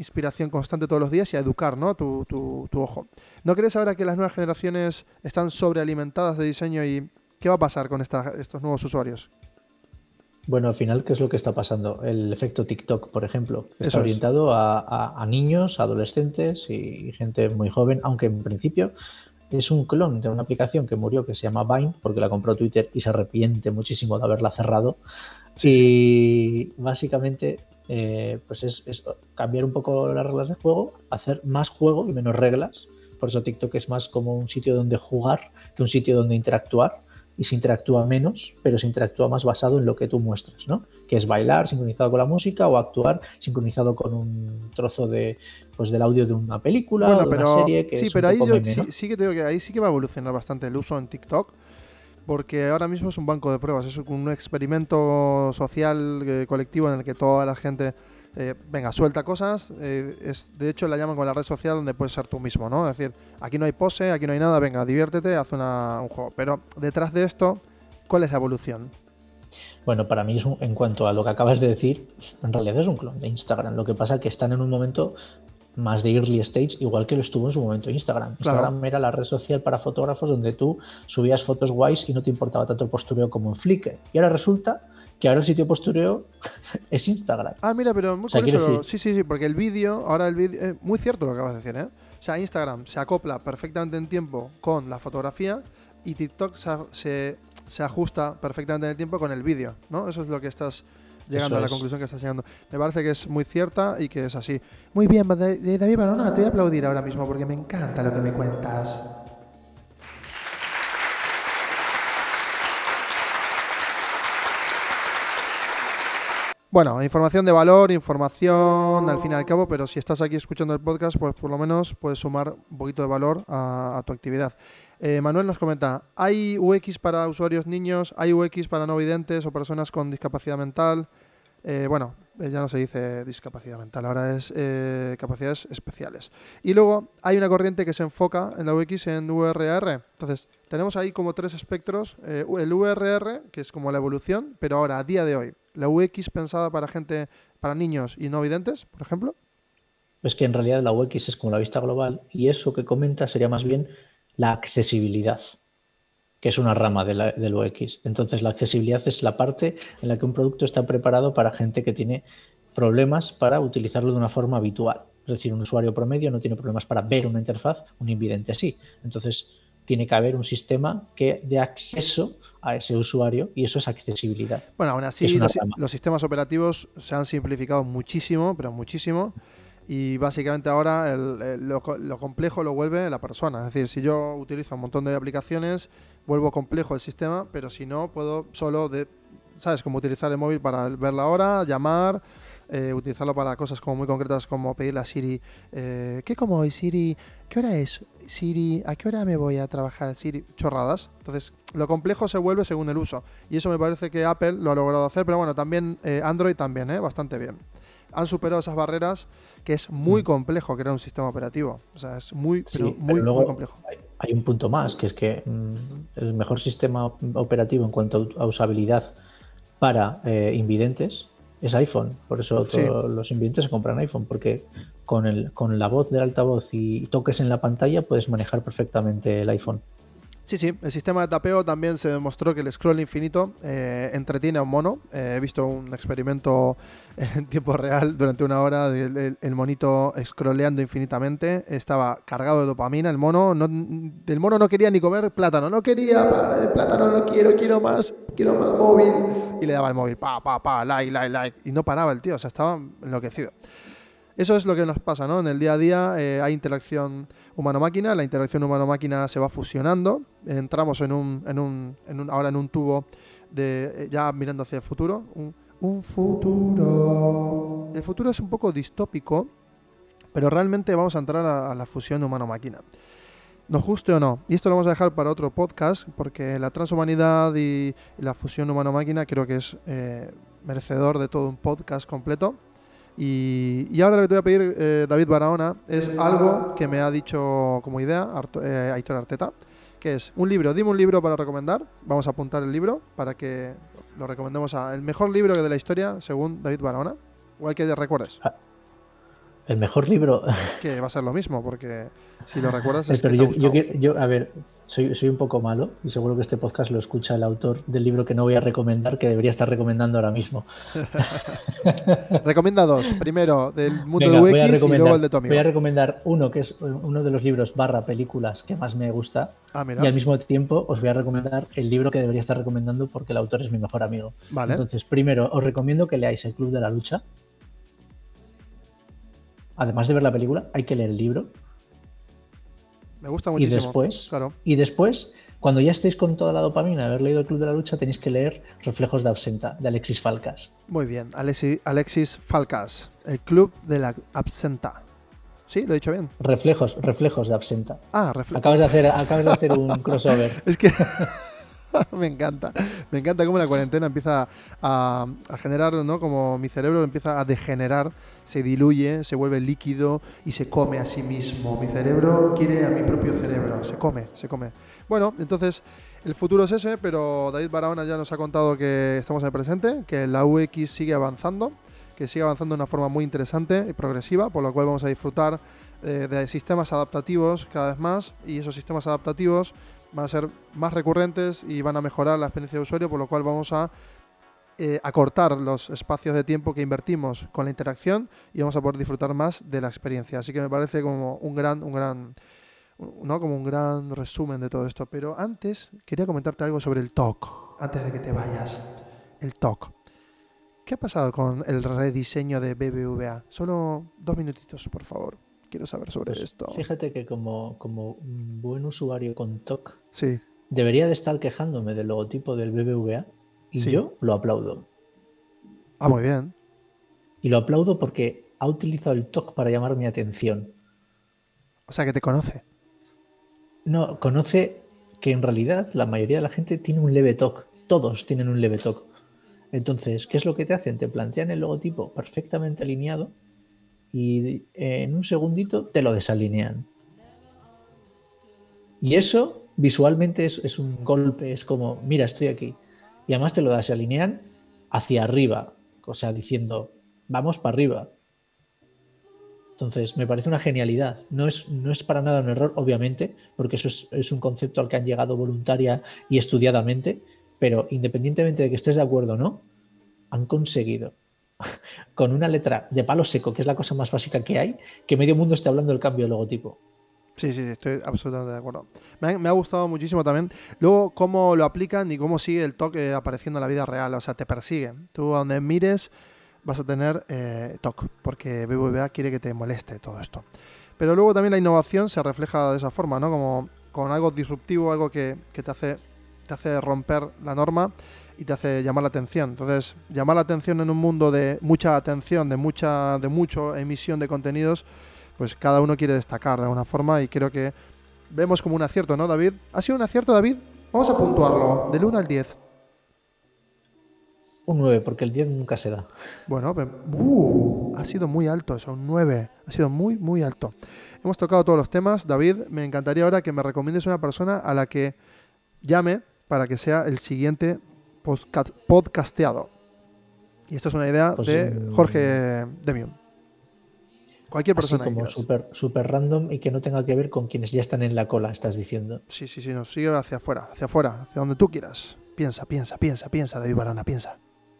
inspiración constante todos los días y a educar, ¿no? tu, tu, tu ojo. ¿No crees ahora que las nuevas generaciones están sobrealimentadas de diseño y qué va a pasar con esta, estos nuevos usuarios? Bueno, al final, ¿qué es lo que está pasando? El efecto TikTok, por ejemplo, está Eso es. orientado a, a- a niños, adolescentes y gente muy joven, aunque en principio es un clon de una aplicación que murió que se llama Vine, porque la compró Twitter y se arrepiente muchísimo de haberla cerrado. Sí, sí. Y básicamente, eh, pues es, es cambiar un poco las reglas de juego, hacer más juego y menos reglas. Por eso TikTok es más como un sitio donde jugar que un sitio donde interactuar. Y se interactúa menos, pero se interactúa más basado en lo que tú muestras, ¿no? Que es bailar sincronizado con la música o actuar sincronizado con un trozo de, pues, del audio de una película Bueno, o de una pero serie que sí, es pero un ahí poco yo meme, sí, ¿no? sí que te digo que ahí sí que va a evolucionar bastante el uso en TikTok, porque ahora mismo es un banco de pruebas, es un experimento social eh, colectivo en el que toda la gente eh, venga, suelta cosas, eh, es, de hecho la llaman con la red social donde puedes ser tú mismo, ¿no? Es decir, aquí no hay pose, aquí no hay nada, venga, diviértete, haz una, un juego. Pero detrás de esto, ¿cuál es la evolución? Bueno, para mí es un- en cuanto a lo que acabas de decir, en realidad es un clon de Instagram. Lo que pasa es que están en un momento más de early stage, igual que lo estuvo en su momento Instagram. Claro. Instagram era la red social para fotógrafos donde tú subías fotos guays y no te importaba tanto el postureo como en Flickr. Y ahora resulta que ahora el sitio de postureo es Instagram. Ah, mira, pero muy O sea, quiero curioso. decir- Sí, sí, sí, porque el vídeo, ahora el vídeo, es muy cierto lo que acabas de decir, ¿eh? O sea, Instagram se acopla perfectamente en tiempo con la fotografía y TikTok se, se, se ajusta perfectamente en el tiempo con el vídeo, ¿no? Eso es lo que estás llegando Eso a la es. conclusión que estás llegando. Me parece que es muy cierta y que es así. Muy bien, Da- eh, David Barona, te voy a aplaudir ahora mismo porque me encanta lo que me cuentas. Bueno, información de valor, información al fin y al cabo, pero si estás aquí escuchando el podcast, pues por lo menos puedes sumar un poquito de valor a, a tu actividad. Eh, Manuel nos comenta, ¿hay U X para usuarios niños? ¿Hay U X para no videntes o personas con discapacidad mental? Eh, bueno, eh, ya no se dice discapacidad mental, ahora es eh, capacidades especiales. Y luego hay una corriente que se enfoca en la U X en U R R. Entonces, tenemos ahí como tres espectros. Eh, el U R R, que es como la evolución, pero ahora, a día de hoy, la U X pensada para gente, para niños y no videntes, por ejemplo. Es que en realidad la U X es como la vista global y eso que comenta sería más bien la accesibilidad, que es una rama de la, del U X. Entonces la accesibilidad es la parte en la que un producto está preparado para gente que tiene problemas para utilizarlo de una forma habitual. Es decir, un usuario promedio no tiene problemas para ver una interfaz, un invidente sí. Entonces tiene que haber un sistema que dé acceso a ese usuario y eso es accesibilidad. Bueno, aún así, Es una los, rama. los sistemas operativos se han simplificado muchísimo, pero muchísimo. Y básicamente ahora el- el- lo, co- lo complejo lo vuelve la persona. Es decir, si yo utilizo un montón de aplicaciones, vuelvo complejo el sistema, pero si no, puedo solo, de, ¿sabes? Como utilizar el móvil para ver la hora, llamar, eh, utilizarlo para cosas como muy concretas como pedirle a Siri, eh, ¿qué como hoy, Siri? ¿Qué hora es? Siri, ¿a qué hora me voy a trabajar, Siri? Chorradas. Entonces, lo complejo se vuelve según el uso. Y eso me parece que Apple lo ha logrado hacer, pero bueno, también eh, Android también, ¿eh? Bastante bien. Han superado esas barreras que es muy complejo crear un sistema operativo. O sea, es muy, Sí, pero pero muy, luego muy complejo. hay, hay un punto más, que es que mm, el mejor sistema operativo en cuanto a usabilidad para eh, invidentes es iPhone. Por eso Sí. todos los invidentes se compran iPhone, porque con, el, con la voz del altavoz y toques en la pantalla puedes manejar perfectamente el iPhone. Sí, sí, el sistema de tapeo también se demostró que el scroll infinito eh, entretiene a un mono. Eh, he visto un experimento en tiempo real durante una hora del el, el monito scrolleando infinitamente. Estaba cargado de dopamina el mono. No, el mono no quería ni comer plátano. No quería, pa, el plátano no quiero, quiero más, quiero más móvil. Y le daba el móvil, pa, pa, pa, like, like, like. Y no paraba el tío, o sea, estaba enloquecido. Eso es lo que nos pasa, ¿no? En el día a día eh, hay interacción humano-máquina, la interacción humano-máquina se va fusionando, entramos en un, en un, en un ahora en un tubo de ya mirando hacia el futuro, un, un futuro. El futuro es un poco distópico, pero realmente vamos a entrar a, a la fusión humano-máquina. Nos guste o no. Y esto lo vamos a dejar para otro podcast, porque la transhumanidad y, y la fusión humano-máquina creo que es eh, merecedor de todo un podcast completo. Y, y ahora lo que te voy a pedir, eh, David Barahona, es algo que me ha dicho como idea Arto, eh, Aitor Arteta, que es un libro. Dime un libro para recomendar. Vamos a apuntar el libro para que lo recomendemos a el mejor libro de la historia según David Barahona. Igual que recuerdes. El mejor libro. Que va a ser lo mismo, porque si lo recuerdas Eh, es que Pero te ha yo, yo, gustado. quiero- yo, a ver, soy, soy un poco malo y seguro que este podcast lo escucha el autor del libro que no voy a recomendar, que debería estar recomendando ahora mismo. Recomienda dos. Primero, del mundo de Venga, voy a U X y luego el recomendar, de tu voy a amigo. recomendar uno que es uno de los libros barra películas que más me gusta Ah, y mira. al mismo tiempo os voy a recomendar el libro que debería estar recomendando porque el autor es mi mejor amigo. Vale. Entonces, primero, os recomiendo que leáis El Club de la Lucha. Además de ver la película, hay que leer el libro. Me gusta Y muchísimo. después, Claro. y después, cuando ya estéis con toda la dopamina de haber leído El Club de la Lucha, tenéis que leer Reflejos de Absenta, de Alexis Falcas. Muy bien. Alexi- Alexis Falcas, el club de la absenta. ¿Sí? ¿Lo he dicho bien? Reflejos, Reflejos de Absenta. Ah, refle- Acabas de hacer, acabas de hacer un crossover. Es que me encanta. Me encanta cómo la cuarentena empieza a, a generar, ¿no? Como mi cerebro empieza a degenerar, se diluye, se vuelve líquido y se come a sí mismo. Mi cerebro quiere a mi propio cerebro. Se come, se come. Bueno, entonces el futuro es ese, pero David Barahona ya nos ha contado que estamos en el presente, que la U X sigue avanzando, que sigue avanzando de una forma muy interesante y progresiva, por lo cual vamos a disfrutar eh, de sistemas adaptativos cada vez más, y esos sistemas adaptativos van a ser más recurrentes y van a mejorar la experiencia de usuario, por lo cual vamos a eh, acortar los espacios de tiempo que invertimos con la interacción y vamos a poder disfrutar más de la experiencia. Así que me parece como un gran, un gran, ¿no? Como un gran resumen de todo esto. Pero antes quería comentarte algo sobre el T O C, antes de que te vayas. El T O C. ¿Qué ha pasado con el rediseño de B B V A? Solo dos minutitos, por favor. Quiero saber sobre Pues esto. fíjate que como, como un buen usuario con T O C, Sí, debería de estar quejándome del logotipo del B B V A y Sí. yo lo aplaudo. ah, muy bien. Y lo aplaudo porque ha utilizado el T O C para llamar mi atención. O sea, que te conoce. No, conoce que en realidad la mayoría de la gente tiene un leve T O C. Todos tienen un leve T O C. Entonces, ¿qué es lo que te hacen? Te plantean el logotipo perfectamente alineado y en un segundito te lo desalinean. Y eso visualmente es, es un golpe, es como, mira, estoy aquí. Y además te lo desalinean hacia arriba, o sea, diciendo, vamos para arriba. Entonces, me parece una genialidad. No es, no es para nada un error, obviamente, porque eso es, es un concepto al que han llegado voluntaria y estudiadamente, pero independientemente de que estés de acuerdo o no, han conseguido, con una letra de palo seco, que es la cosa más básica que hay, que medio mundo esté hablando del cambio de logotipo. Sí, sí, sí, estoy absolutamente de acuerdo. Me ha, me ha gustado muchísimo también. Luego, cómo lo aplican y cómo sigue el toque apareciendo en la vida real. O sea, te persigue. Tú, a donde mires, vas a tener eh, T O C, porque B B V A quiere que te moleste todo esto. Pero luego también la innovación se refleja de esa forma, ¿no? Como con algo disruptivo, algo que, que te hace, te hace romper la norma y te hace llamar la atención. Entonces, llamar la atención en un mundo de mucha atención, de mucha, de mucho emisión de contenidos, pues cada uno quiere destacar de alguna forma, y creo que vemos como un acierto, ¿no, David? ¿Ha sido un acierto, David? Vamos a puntuarlo, del uno al diez. Un nueve, porque el diez nunca se da. Bueno, pe- uh, ha sido muy alto eso, un nueve. Ha sido muy, muy alto. Hemos tocado todos los temas. David, me encantaría ahora que me recomiendes una persona a la que llame para que sea el siguiente podcast, podcasteado. Y esto es una idea Pues, de mm, Jorge Demium. Cualquier Así persona que como quieras. súper super random y que no tenga que ver con quienes ya están en la cola, estás diciendo. Sí, sí, sí, nos sigue hacia afuera, hacia afuera, hacia donde tú quieras. Piensa, piensa, piensa, piensa, David Barahona, piensa.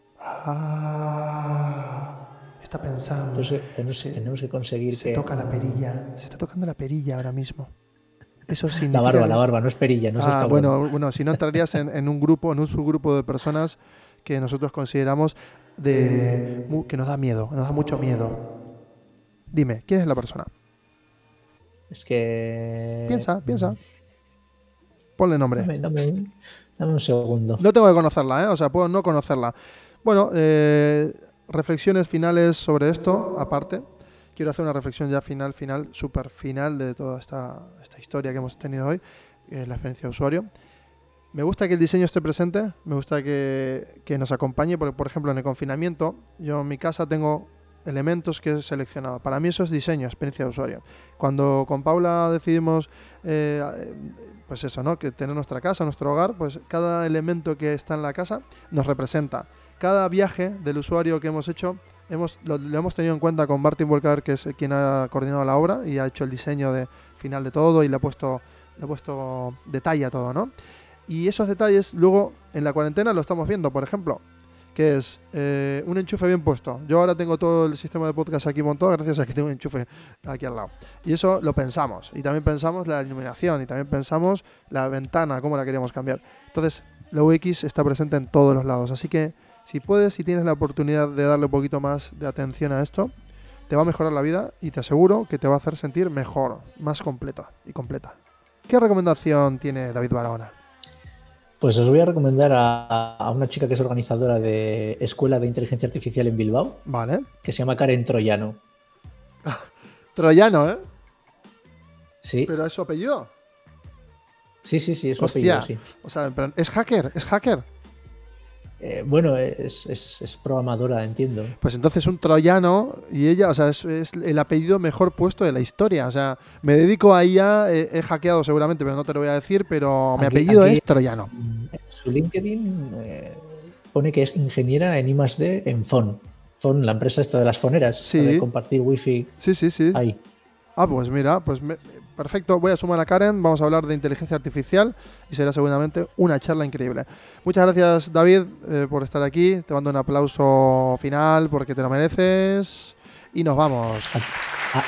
Ah, está pensando. Entonces tenemos, Se- tenemos que conseguir Se que... toca la perilla. Se está tocando la perilla ahora mismo. Eso significa. La barba, que- la barba, no es perilla, no es Ah, cabrón. bueno, bueno, si no entrarías en, en un grupo, en un subgrupo de personas que nosotros consideramos de mu- que nos da miedo, nos da mucho miedo. Dime, ¿quién es la persona? Es que... Piensa, piensa. Ponle nombre. Dame, dame un, dame un segundo. No tengo que conocerla, ¿eh? O sea, puedo no conocerla. Bueno, eh, reflexiones finales sobre esto, aparte. Quiero hacer una reflexión ya final, final, súper final de toda esta, esta historia que hemos tenido hoy, que es la experiencia de usuario. Me gusta que el diseño esté presente, me gusta que, que nos acompañe, porque, por ejemplo, en el confinamiento, yo en mi casa tengo elementos que he seleccionado. Para mí eso es diseño, experiencia de usuario. Cuando con Paula decidimos, eh, pues eso, ¿no? Que tener nuestra casa, nuestro hogar, pues cada elemento que está en la casa nos representa. Cada viaje del usuario que hemos hecho hemos, lo, lo hemos tenido en cuenta con Martin Volcar, que es quien ha coordinado la obra y ha hecho el diseño de final de todo y le ha puesto, le ha puesto detalle a todo, ¿no? Y esos detalles luego en la cuarentena lo estamos viendo, por ejemplo, que es eh, un enchufe bien puesto. Yo ahora tengo todo el sistema de podcast aquí montado gracias a que tengo un enchufe aquí al lado. Y eso lo pensamos. Y también pensamos la iluminación y también pensamos la ventana, cómo la queríamos cambiar. Entonces, la U X está presente en todos los lados. Así que si puedes, si tienes la oportunidad de darle un poquito más de atención a esto, te va a mejorar la vida y te aseguro que te va a hacer sentir mejor, más completo y completa. ¿Qué recomendación tiene David Barahona? Pues os voy a recomendar a, a una chica que es organizadora de Escuela de Inteligencia Artificial en Bilbao, Vale. que se llama Karen Troyano. Troyano, ¿eh? Sí, Pero es su apellido. sí, sí, sí, es su Hostia. apellido, sí. O sea, pero es hacker, es hacker. Eh, bueno, es, es, es programadora, entiendo. Pues entonces un troyano y ella, o sea, es, es el apellido mejor puesto de la historia. O sea, me dedico a ella, he, he hackeado seguramente, pero no te lo voy a decir, pero mi Aquí- apellido aquí- es troyano. En su LinkedIn eh, pone que es ingeniera en I más D en Fon. Fon, la empresa esta de las foneras, Sí. de compartir wifi Sí, sí, sí. ahí. Ah, pues mira, pues me- perfecto. Voy a sumar a Karen, vamos a hablar de inteligencia artificial y será seguramente una charla increíble. Muchas gracias, David, eh, por estar aquí. Te mando un aplauso final porque te lo mereces y nos vamos. Ah,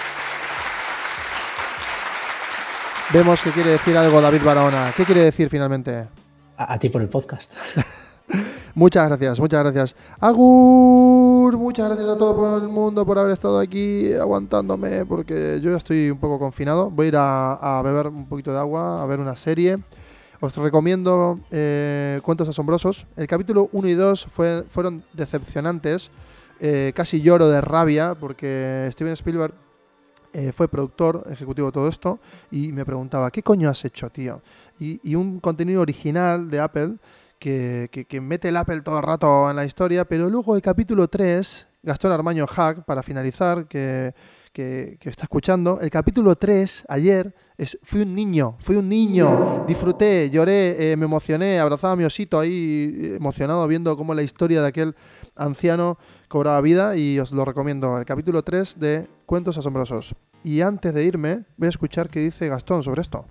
Vemos que quiere decir algo David Barahona. ¿Qué quiere decir finalmente? a, a ti por el podcast. Muchas gracias, muchas gracias. Agur, muchas gracias a todo el mundo por haber estado aquí aguantándome, porque yo ya estoy un poco confinado. Voy a ir a, a beber un poquito de agua, a ver una serie. Os recomiendo eh, Cuentos Asombrosos. El capítulo uno y dos fue, fueron decepcionantes. Eh, casi lloro de rabia porque Steven Spielberg eh, fue productor ejecutivo de todo esto y me preguntaba, ¿qué coño has hecho, tío? Y, y un contenido original de Apple que, que, que mete el Apple todo el rato en la historia, pero luego el capítulo tres, Gastón Armaño Hack, para finalizar, que, que, que está escuchando, el capítulo tres, ayer, es, fui un niño, fui un niño, disfruté, lloré, eh, me emocioné, abrazaba a mi osito ahí, emocionado, viendo cómo la historia de aquel anciano cobraba vida, y os lo recomiendo, el capítulo tres de Cuentos Asombrosos. Y antes de irme, voy a escuchar qué dice Gastón sobre esto.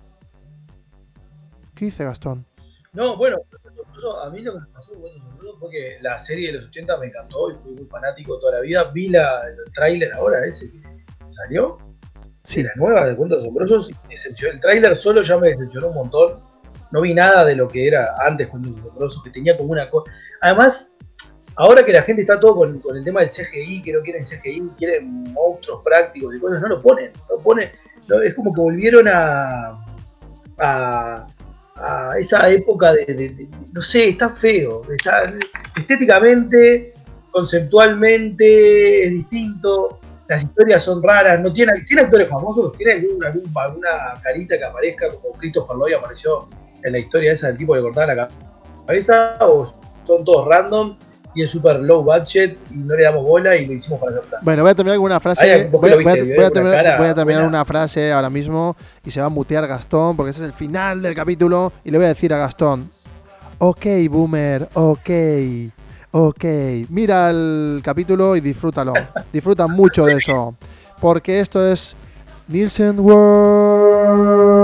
¿Qué dice Gastón? No, bueno, a mí lo que me pasó bueno, fue que la serie de los ochenta me encantó y fui muy fanático toda la vida. Vi la, el tráiler ahora, ese que salió, Sí, de la nueva de Cuentos Asombrosos. Y me decepcionó. El tráiler solo ya me decepcionó un montón. No vi nada de lo que era antes Cuentos Asombrosos, que tenía como una cosa. Además, ahora que la gente está todo con, con el tema del C G I, que no quieren C G I, quieren monstruos prácticos y cosas, no lo ponen. No ponen no, es como que volvieron a. a a esa época de, de, de, no sé, está feo, está, estéticamente, conceptualmente es distinto, las historias son raras, no tiene, ¿tiene actores famosos? ¿Tiene algún, algún, alguna carita que aparezca como Christopher Lloyd apareció en la historia esa del tipo que le cortaba la cabeza? ¿O son todos random y es super low budget y no le damos bola y lo hicimos para hacer bueno, voy a terminar con una frase. Ay, vos Voy, lo voy a, viste, voy a una terminar, cara voy a terminar buena. una frase ahora mismo y se va a mutear Gastón porque ese es el final del capítulo y le voy a decir a Gastón: ok, boomer, ok, ok, mira el capítulo y disfrútalo. Disfruta mucho de eso porque esto es Nielsen World.